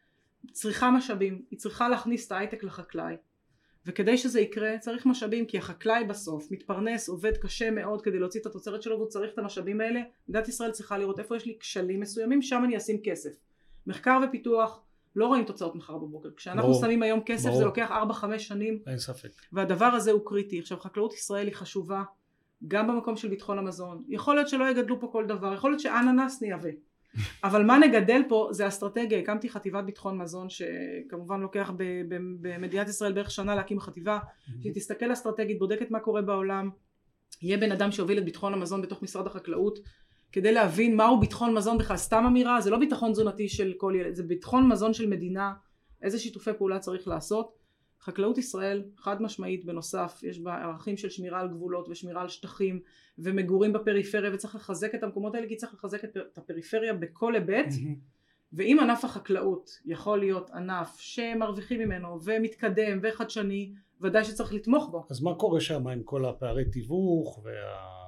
צריכה משאבים, היא צריכה להכניס את ההייטק לחקלאי, וכדי שזה יקרה צריך משאבים כי החקלאי בסוף מתפרנס, עובד קשה מאוד כדי להוציא את התוצרת שלו והוא צריך את המשאבים האלה, מדינת ישראל צריכה לראות איפה יש לי כשלים מסוימים, שם אני אשים כסף. מחקר ופיתוח לא רואים תוצאות מחר בבוקר. כשאנחנו ברור, שמים היום כסף ברור. זה לוקח ארבע חמש שנים. אין ספק. והדבר הזה הוא קריטי. עכשיו חקלאות ישראל היא חשובה גם במקום של ביטחון המזון. יכול להיות שלא יגדלו פה כל דבר, יכול להיות שאננס נייבא. אבל מה נגדל פה זה אסטרטגיה. הקמתי חטיבת ביטחון מזון שכמובן לוקח ב- ב- במדינת ישראל בערך שנה להקים חטיבה שתסתכל אסטרטגית, בודקת מה קורה בעולם. יהיה בן אדם שהוביל את ביטחון המזון בתוך משרד החקלאות כדי להבין מהו ביטחון מזון בכלל, סתם אמירה, זה לא ביטחון תזונתי של כל ילד, זה ביטחון מזון של מדינה, איזה שיתופי פעולה צריך לעשות. חקלאות ישראל חד משמעית בנוסף, יש בה ערכים של שמירה על גבולות ושמירה על שטחים ומגורים בפריפריה, וצריך לחזק את המקומות האלה כי צריך לחזק את הפריפריה בכל היבט, ואם ענף החקלאות יכול להיות ענף שמרוויחים ממנו ומתקדם וחדשני, ודאי שצריך לתמוך בו. אז מה קורה שם עם כל הפערי תיווך וה...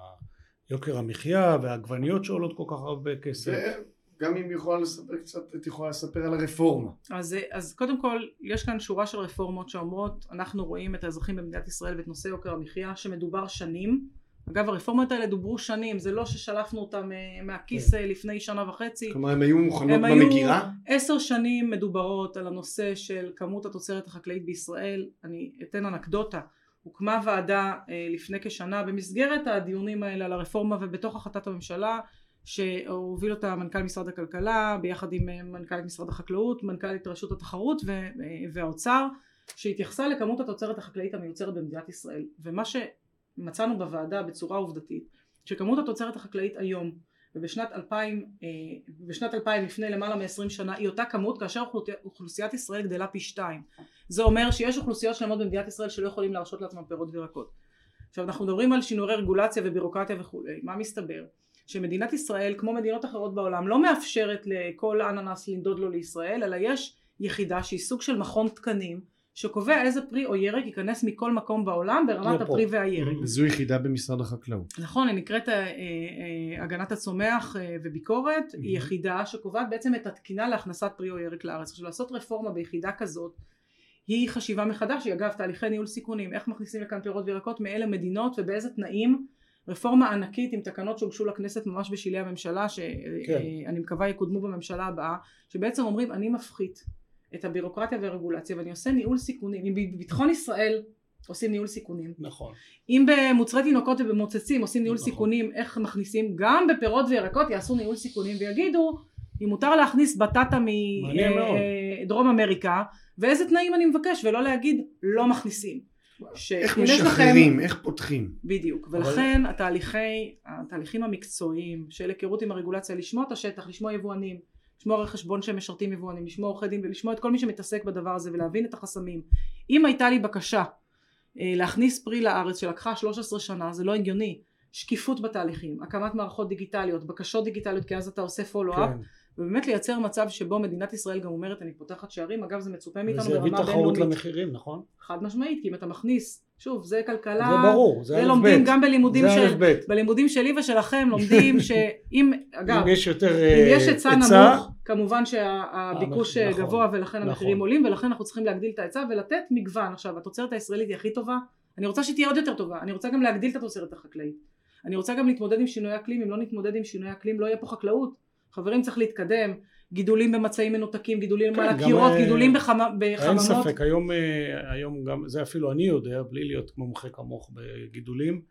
יוקר המחיה והעגבניות שעולות כל כך הרבה כסף. וגם אם יכולה לספר קצת, את יכולה לספר על הרפורמה. אז, אז קודם כל, יש כאן שורה של רפורמות שאומרות, אנחנו רואים את האזרחים במדינת ישראל ואת נושא יוקר המחיה שמדובר שנים. אגב, הרפורמות האלה דוברו שנים, זה לא ששלפנו אותם מהכיס כן. לפני שנה וחצי. כלומר, הם היו מוכנות הם במגירה? הם היו עשר שנים מדוברות על הנושא של כמות התוצרת החקלאית בישראל. אני אתן אנקדוטה. הוקמה ועדה לפני כשנה במסגרת הדיונים האלה על הרפורמה ובתוך החלטת הממשלה שהוביל אותה מנכ"ל משרד הכלכלה ביחד עם מנכ"לית משרד החקלאות, מנכ"לית רשות התחרות והאוצר, שהתייחסה לכמות התוצרת החקלאית המיוצרת במדינת ישראל. ומה שמצאנו בוועדה בצורה עובדתית, שכמות התוצרת החקלאית היום ובשנת אלפיים, בשנת אלפיים לפני למעלה מ-עשרים שנה היא אותה כמות, כאשר אוכלוסיית ישראל גדלה פי שתיים. זה אומר שיש אוכלוסיות שלמות במדינת ישראל שלא יכולים להרשות לעצמם פירות וירקות. עכשיו אנחנו מדברים על שינויי רגולציה ובירוקרטיה וכו'. מה מסתבר? שמדינת ישראל כמו מדינות אחרות בעולם לא מאפשרת לכל אננס לנדוד לו לישראל, אלא יש יחידה שהיא סוג של מכון תקנים שקובע איזה פרי או ירק ייכנס מכל מקום בעולם ברמת הפרי והירק. זו יחידה במשרד החקלאות. נכון, היא נקראת הגנת הצומח וביקורת, היא יחידה שקובעת בעצם את התקינה להכנסת פרי או ירק לארץ. עכשיו לעשות רפורמה ביחידה כזאת היא חשיבה מחדש, היא אגב תהליכי ניהול סיכונים, איך מכניסים לכאן פירות וירקות מאלה מדינות ובאיזה תנאים, רפורמה ענקית עם תקנות שהוגשו לכנסת ממש בשלהי הממשלה, שאני מקווה יקודמו בממשלה הבאה, שבעצם אומרים אני מפחית את הבירוקרטיה והרגולציה ואני עושה ניהול סיכונים. אם בביטחון ישראל עושים ניהול סיכונים, נכון. אם במוצרי תינוקות ובמוצצים עושים ניהול נכון. סיכונים, איך מכניסים, גם בפירות וירקות יעשו ניהול סיכונים ויגידו אם מותר להכניס בטטה מדרום אמריקה ואיזה תנאים אני מבקש, ולא להגיד לא מכניסים. איך משחררים, איך פותחים. בדיוק, ולכן התהליכי, התהליכים המקצועיים של היכרות עם הרגולציה, לשמוע את השטח, לשמוע יבואנים, לשמוע רואה חשבון שמשרתים יבואנים, לשמוע עורכי דין ולשמוע את כל מי שמתעסק בדבר הזה ולהבין את החסמים. אם הייתה לי בקשה להכניס פרי לארץ שלקחה שלוש עשרה שנה, זה לא הגיוני. שקיפות בתהליכים, הקמת מערכות דיגיטליות, בקשות דיגיטליות, כי אז אתה עושה פולו-אפ, ובאמת לייצר מצב שבו מדינת ישראל גם אומרת אני פותחת שערים, אגב זה מצופה מאיתנו ברמה בינלאומית. וזה יביא תחרות למחירים, נכון? חד משמעית, כי אם אתה מכניס, שוב זה כלכלה, זה ברור, זה זה לומדים גם בלימודים של, בלימודים שלי ושלכם, לומדים שאם, אגב, אם יש יותר אם יש היצע נמוך, כמובן שהביקוש נכון, גבוה ולכן נכון. המחירים עולים, ולכן אנחנו צריכים להגדיל את ההיצע ולתת מגוון. עכשיו, התוצרת הישראלית היא הכי טובה, אני רוצה שתהיה עוד יותר טובה, אני רוצה גם להגדיל את התוצרת החקלאית, אני רוצה גם להתמודד עם שינוי אקלים, אם לא נתמודד עם שינוי אקלים לא יהיה פה חקלאות, חברים צריך להתקדם, גידולים במצעים מנותקים, גידולים על הקירות, גידולים בחממות. אין ספק, היום, היום גם, זה אפילו אני יודע, בלי להיות מומחה כמוך בגידולים,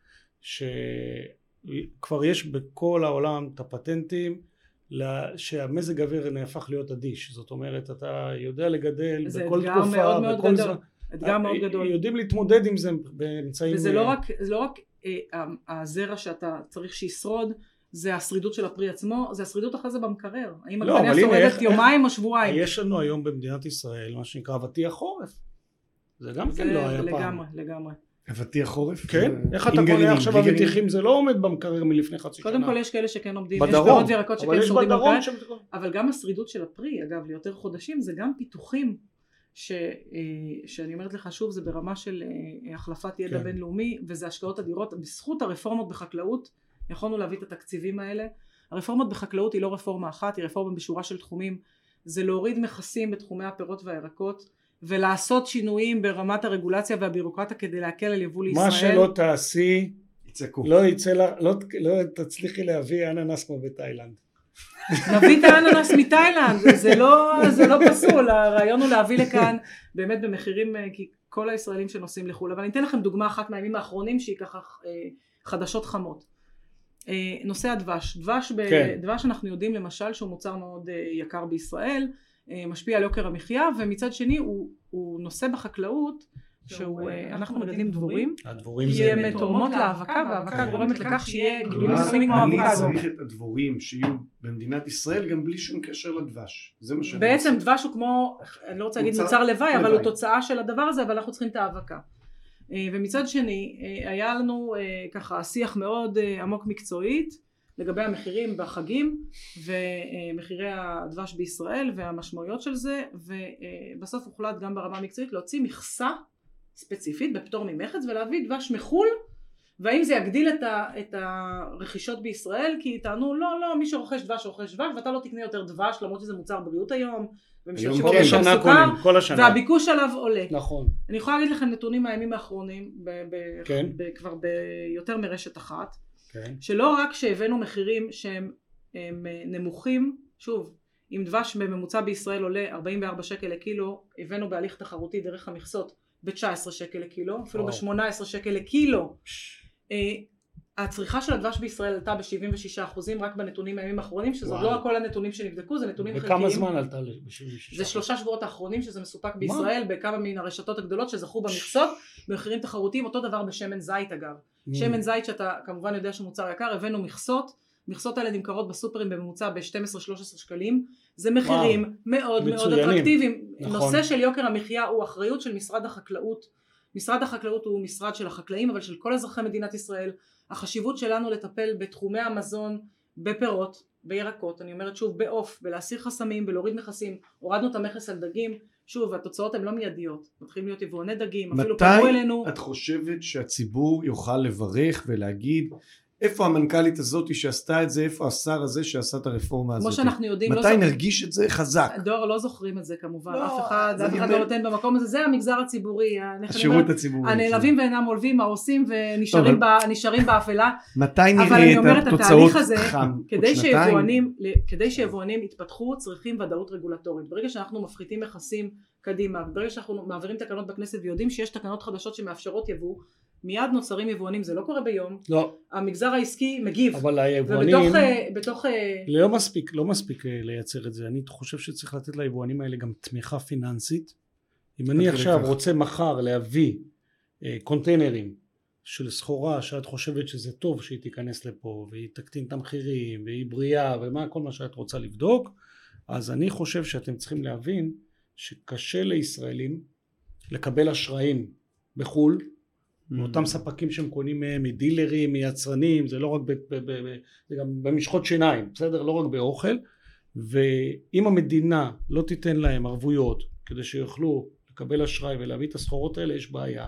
שכבר יש בכל העולם את הפטנטים, שהמזג האוויר נהפך להיות אדיש, זאת אומרת אתה יודע לגדל בכל תקופה, בכל זמן, אתגר מאוד גדול. יודעים להתמודד עם זה באמצעים. וזה לא רק, זה לא רק הזרע שאתה צריך שישרוד, זה השרידות של הפרי עצמו, זה השרידות אחרי זה במקרר. האם הגבניה שורדת יומיים או שבועיים? יש לנו היום במדינת ישראל מה שנקרא אבטיח חורף. זה גם כן לא היה פעם. לגמרי, לגמרי. אבטיח חורף? כן? איך אתה קונה עכשיו אבטיחים? זה לא עומד במקרר מלפני חצי שנה. קודם כל יש כאלה שכן עומדים, יש פירות וירקות שכן שורדים במקרר, אבל גם השרידות של הפרי, אגב, ליותר חודשים, זה גם פיתוחים שאני אומרת לך שוב, זה ברמה של החלפת ידע בינלאומי, וזה השקעות אדירות. בזכות הרפורמות בחקלאות יכולנו להביא את התקציבים האלה. הרפורמות בחקלאות היא לא רפורמה אחת, היא רפורמה בשורה של תחומים. זה להוריד מכסים בתחומי הפירות והירקות, ולעשות שינויים ברמת הרגולציה והבירוקרטיה כדי להקל על יבוא לישראל. מה שלא תעשי, יצעקו. לא יצא לה, לא, לא תצליחי להביא אננס כמו בתאילנד. נביא את האננס מתאילנד, זה לא, זה לא פסול, הרעיון הוא להביא לכאן באמת במחירים, כי כל הישראלים שנוסעים לחו"ל, אבל אני אתן לכם דוגמה אחת מהימים האחרונים שהיא ככה חדשות חמות. נושא הדבש, דבש, ב, כן. דבש אנחנו יודעים למשל שהוא מוצר מאוד יקר בישראל, משפיע על יוקר המחיה, ומצד שני הוא, הוא נושא בחקלאות, שהוא, אנחנו מגדלים דבורים, כי הן תורמות להאבקה, והאבקה גורמת לכך שיהיה גידולים מסוימים כמו אני אבוקדו. צריך את הדבורים שיהיו במדינת ישראל גם בלי שום קשר לדבש. זה מה שאני בעצם דבש הוא כמו, אני לא רוצה להגיד מוצר לוואי, אבל הוא תוצאה של הדבר הזה, אבל אנחנו צריכים את האבקה. ומצד שני, היה לנו ככה שיח מאוד עמוק מקצועית, לגבי המחירים בחגים ומחירי הדבש בישראל והמשמעויות של זה, ובסוף הוחלט גם ברמה המקצועית להוציא מכסה ספציפית בפטור ממכס ולהביא דבש מחול, והאם זה יגדיל את, ה, את הרכישות בישראל, כי טענו לא לא מי שרוכש דבש רוכש דבש ואתה לא תקנה יותר דבש למרות שזה מוצר בריאות היום, היום כל השנה קונים, כל השנה. והביקוש עליו עולה. נכון. אני יכולה להגיד לכם נתונים מהימים האחרונים ב- ב- כן. ב- כבר ביותר מרשת אחת, כן. שלא רק שהבאנו מחירים שהם הם נמוכים, שוב אם דבש בממוצע בישראל עולה ארבעים וארבעה שקל לקילו, הבאנו בהליך תחרותי דרך המכסות ב-תשע עשרה שקל לקילו, אפילו ב-שמונה עשרה שקל לקילו. הצריכה של הדבש בישראל עלתה ב-שבעים ושישה אחוזים רק בנתונים הימים האחרונים, שזה לא כל הנתונים שנבדקו, זה נתונים חלקיים. וכמה זמן עלתה ב-שבעים ושישה? זה שלושה שבועות האחרונים שזה מסופק בישראל, בכמה מן הרשתות הגדולות שזכו במכסות, במחירים תחרותיים, אותו דבר בשמן זית אגב. שמן זית שאתה כמובן יודע שהוא מוצר יקר, הבאנו מכסות, מכסות האלה נמכרות בסופרים בממוצע ב-שנים עשר שלוש עשרה שקלים, זה מחירים וואו. מאוד מאוד אטרקטיביים. נכון. נושא של יוקר המחיה הוא אחריות של משרד החקלאות, משרד החקלאות הוא משרד של החקלאים, אבל של כל אזרחי מדינת ישראל. החשיבות שלנו לטפל בתחומי המזון, בפירות, בירקות, אני אומרת שוב, בעוף, בלהסיר חסמים, בלהוריד מכסים, הורדנו את המכס על דגים, שוב, התוצאות הן לא מיידיות, מתחילים להיות יבואני דגים, אפילו פנו אלינו. מתי את חושבת שהציבור יוכל לברך ולהגיד, איפה המנכ"לית הזאת שעשתה את זה, איפה השר הזה שעשה את הרפורמה הזאת? כמו שאנחנו יודעים, מתי לא נרגיש את זה חזק? דור, לא זוכרים את זה כמובן, לא, אף אחד, אף אחד לא נותן במקום הזה, זה המגזר הציבורי, השירות הציבורי. הנעלבים ואינם עולבים, העושים ונשארים באפלה. מתי נראה את התוצאות חם? כדי שיבואנים יתפתחו, צריכים ודאות רגולטורית. ברגע שאנחנו מפחיתים מכסים קדימה, ברגע שאנחנו מעבירים תקנות בכנסת ויודעים שיש תקנות חדשות שמאפשרות יבוא, מיד נוצרים יבואנים, זה לא קורה ביום. לא. המגזר העסקי מגיב. אבל היבואנים... ובתוך... בתוך... לא מספיק, לא מספיק לייצר את זה. אני חושב שצריך לתת ליבואנים האלה גם תמיכה פיננסית. אם אני עכשיו רוצה מחר להביא קונטיינרים של סחורה שאת חושבת שזה טוב שהיא תיכנס לפה, והיא תקטין את המחירים, והיא בריאה, ומה, כל מה שאת רוצה לבדוק, אז אני חושב שאתם צריכים להבין שקשה לישראלים לקבל אשראים בחול, מאותם ספקים שהם קונים מהם, מדילרים, מיצרנים, זה לא רק ב, ב, ב, ב, זה גם במשחות שיניים, בסדר? לא רק באוכל, ואם המדינה לא תיתן להם ערבויות כדי שיוכלו לקבל אשראי ולהביא את הסחורות האלה, יש בעיה.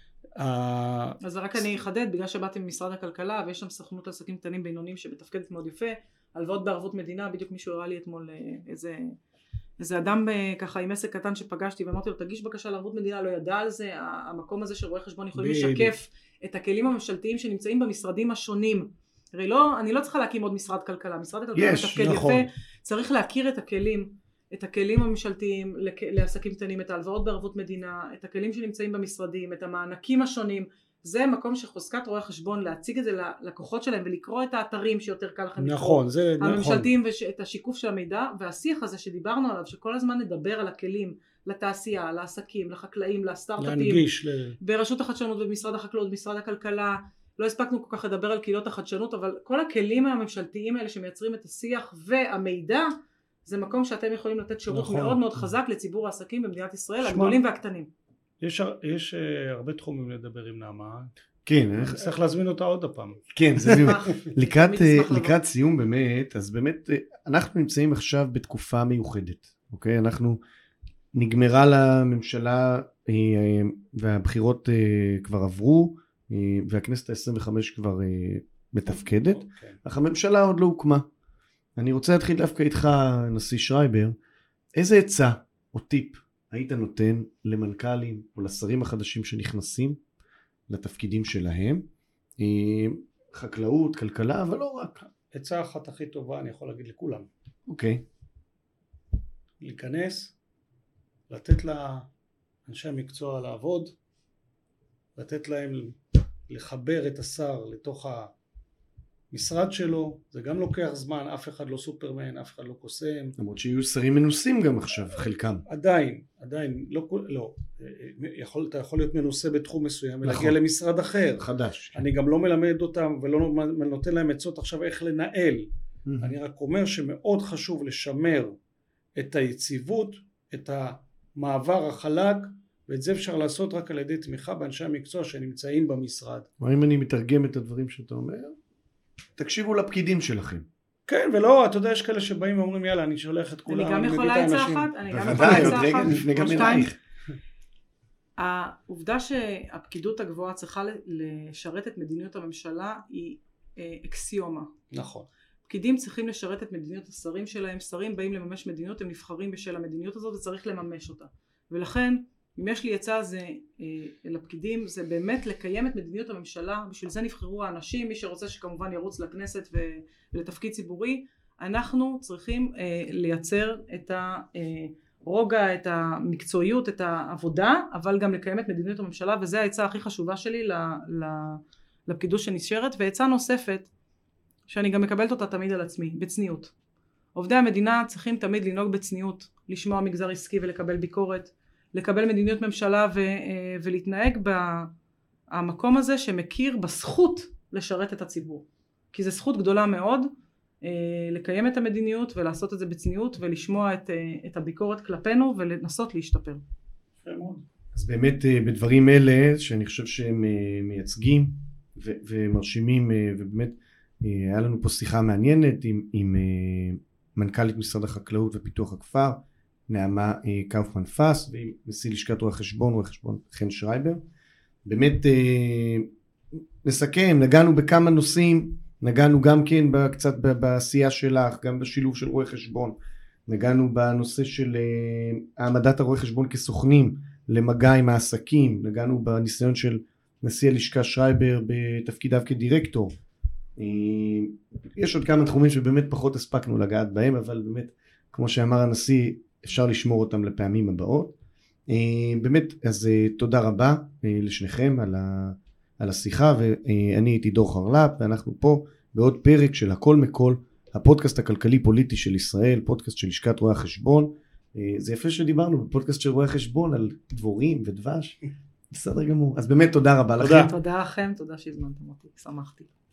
אז רק אני אחדד, בגלל שבאתי ממשרד הכלכלה ויש שם סוכנות לעסקים קטנים בינוניים שמתפקדת מאוד יפה, הלוואות בערבות מדינה, בדיוק מישהו הראה לי אתמול איזה, איזה אדם ככה עם עסק קטן שפגשתי ואמרתי לו תגיש בקשה לערבות מדינה, לא ידע על זה, המקום הזה שרואי חשבון יכולים לשקף את הכלים הממשלתיים שנמצאים במשרדים השונים. הרי לא, אני לא צריכה להקים עוד משרד כלכלה, משרד הכלכלה מתפקד נכון. יפה, צריך להכיר את הכלים, את הכלים הממשלתיים לעסקים קטנים, את ההלוואות בערבות מדינה, את הכלים שנמצאים במשרדים, את המענקים השונים. זה מקום שחוזקת רואי חשבון להציג את זה ללקוחות שלהם ולקרוא את האתרים שיותר קל לכם נכון, לקרוא, זה הממשלתיים נכון. ואת השיקוף של המידע, והשיח הזה שדיברנו עליו, שכל הזמן נדבר על הכלים לתעשייה, לעסקים, לחקלאים, לסטארט-אפים, להנגיש ל... ברשות החדשנות ובמשרד החקלאות, במשרד הכלכלה. לא הספקנו כל כך לדבר על קהילות החדשנות, אבל כל הכלים הממשלתיים האלה שמייצרים את השיח והמידע, זה מקום שאתם יכולים לתת שירות נכון. מאוד מאוד חזק לציבור העסקים במדינת ישראל, שמה, הגדולים והקטנים. יש, יש uh, הרבה תחומים לדבר עם נעמה. כן. צריך להזמין אותה עוד הפעם. כן, זה לקראת, לקראת סיום באמת, אז באמת אנחנו נמצאים עכשיו בתקופה מיוחדת, אוקיי? אנחנו, נגמרה לממשלה והבחירות כבר עברו, והכנסת ה-עשרים וחמש כבר מתפקדת, אך הממשלה עוד לא הוקמה. אני רוצה להתחיל דווקא איתך, נשיא שרייבר, איזה עצה או טיפ היית נותן למנכ"לים או לשרים החדשים שנכנסים לתפקידים שלהם, חקלאות, כלכלה, אבל לא רק. עצה אחת הכי טובה אני יכול להגיד לכולם. אוקיי. להיכנס, לתת לאנשי המקצוע לעבוד, לתת להם לחבר את השר לתוך המשרד שלו, זה גם לוקח זמן, אף אחד לא סופרמן, אף אחד לא קוסם. למרות שיהיו שרים מנוסים גם עכשיו, חלקם. עדיין, עדיין, לא, לא, יכול, אתה יכול להיות מנוסה בתחום מסוים, נכון. ולהגיע למשרד אחר. חדש. אני גם לא מלמד אותם ולא נותן להם עצות עכשיו איך לנהל. Mm-hmm. אני רק אומר שמאוד חשוב לשמר את היציבות, את המעבר החלק, ואת זה אפשר לעשות רק על ידי תמיכה באנשי המקצוע שנמצאים במשרד. אם אני מתרגם את הדברים שאתה אומר, תקשיבו לפקידים שלכם. כן, ולא, אתה יודע, יש כאלה שבאים ואומרים, יאללה, אני שולח את כולם. אני גם יכולה עצה אחת, אני גם יכולה עצה אחת. לפני גם אלייך. העובדה שהפקידות הגבוהה צריכה לשרת את מדיניות הממשלה היא אקסיומה. נכון. פקידים צריכים לשרת את מדיניות השרים שלהם, שרים באים לממש מדיניות, הם נבחרים בשל המדיניות הזאת וצריך לממש אותה. ולכן, אם יש לי עצה זה, אה, לפקידים, זה באמת לקיים את מדיניות הממשלה, בשביל זה נבחרו האנשים, מי שרוצה שכמובן ירוץ לכנסת ולתפקיד ציבורי, אנחנו צריכים אה, לייצר את הרוגע, את המקצועיות, את העבודה, אבל גם לקיים את מדיניות הממשלה, וזה העצה הכי חשובה שלי לפקידות שנשארת. ועצה נוספת, שאני גם מקבלת אותה תמיד על עצמי, בצניעות. עובדי המדינה צריכים תמיד לנהוג בצניעות, לשמוע מגזר עסקי ולקבל ביקורת, לקבל מדיניות ממשלה ו, ולהתנהג במקום הזה שמכיר בזכות לשרת את הציבור. כי זו זכות גדולה מאוד לקיים את המדיניות ולעשות את זה בצניעות ולשמוע את, את הביקורת כלפינו ולנסות להשתפר. אז באמת בדברים אלה שאני חושב שהם מייצגים ו, ומרשימים, ובאמת היה לנו פה שיחה מעניינת עם, עם מנכ"לית משרד החקלאות ופיתוח הכפר, נעמה קאופמן פס, ועם נשיא לשכת רואי חשבון, רואי חשבון חן שרייבר. באמת נסכם, נגענו בכמה נושאים, נגענו גם כן קצת בעשייה שלך, גם בשילוב של רואי חשבון, נגענו בנושא של העמדת הרואי חשבון כסוכנים למגע עם העסקים, נגענו בניסיון של נשיא הלשכה שרייבר בתפקידיו כדירקטור. יש עוד כמה תחומים שבאמת פחות הספקנו לגעת בהם, אבל באמת כמו שאמר הנשיא, אפשר לשמור אותם לפעמים הבאות. באמת, אז תודה רבה לשניכם על, ה, על השיחה, ואני הייתי דור חרל"פ, ואנחנו פה בעוד פרק של הכל מכל, הפודקאסט הכלכלי פוליטי של ישראל, פודקאסט של לשכת רואי החשבון. זה יפה שדיברנו בפודקאסט של רואי חשבון על דבורים ודבש, בסדר גמור. אז באמת תודה רבה לכם. תודה לכם, תודה שהזמנתם אותי, שמחתי.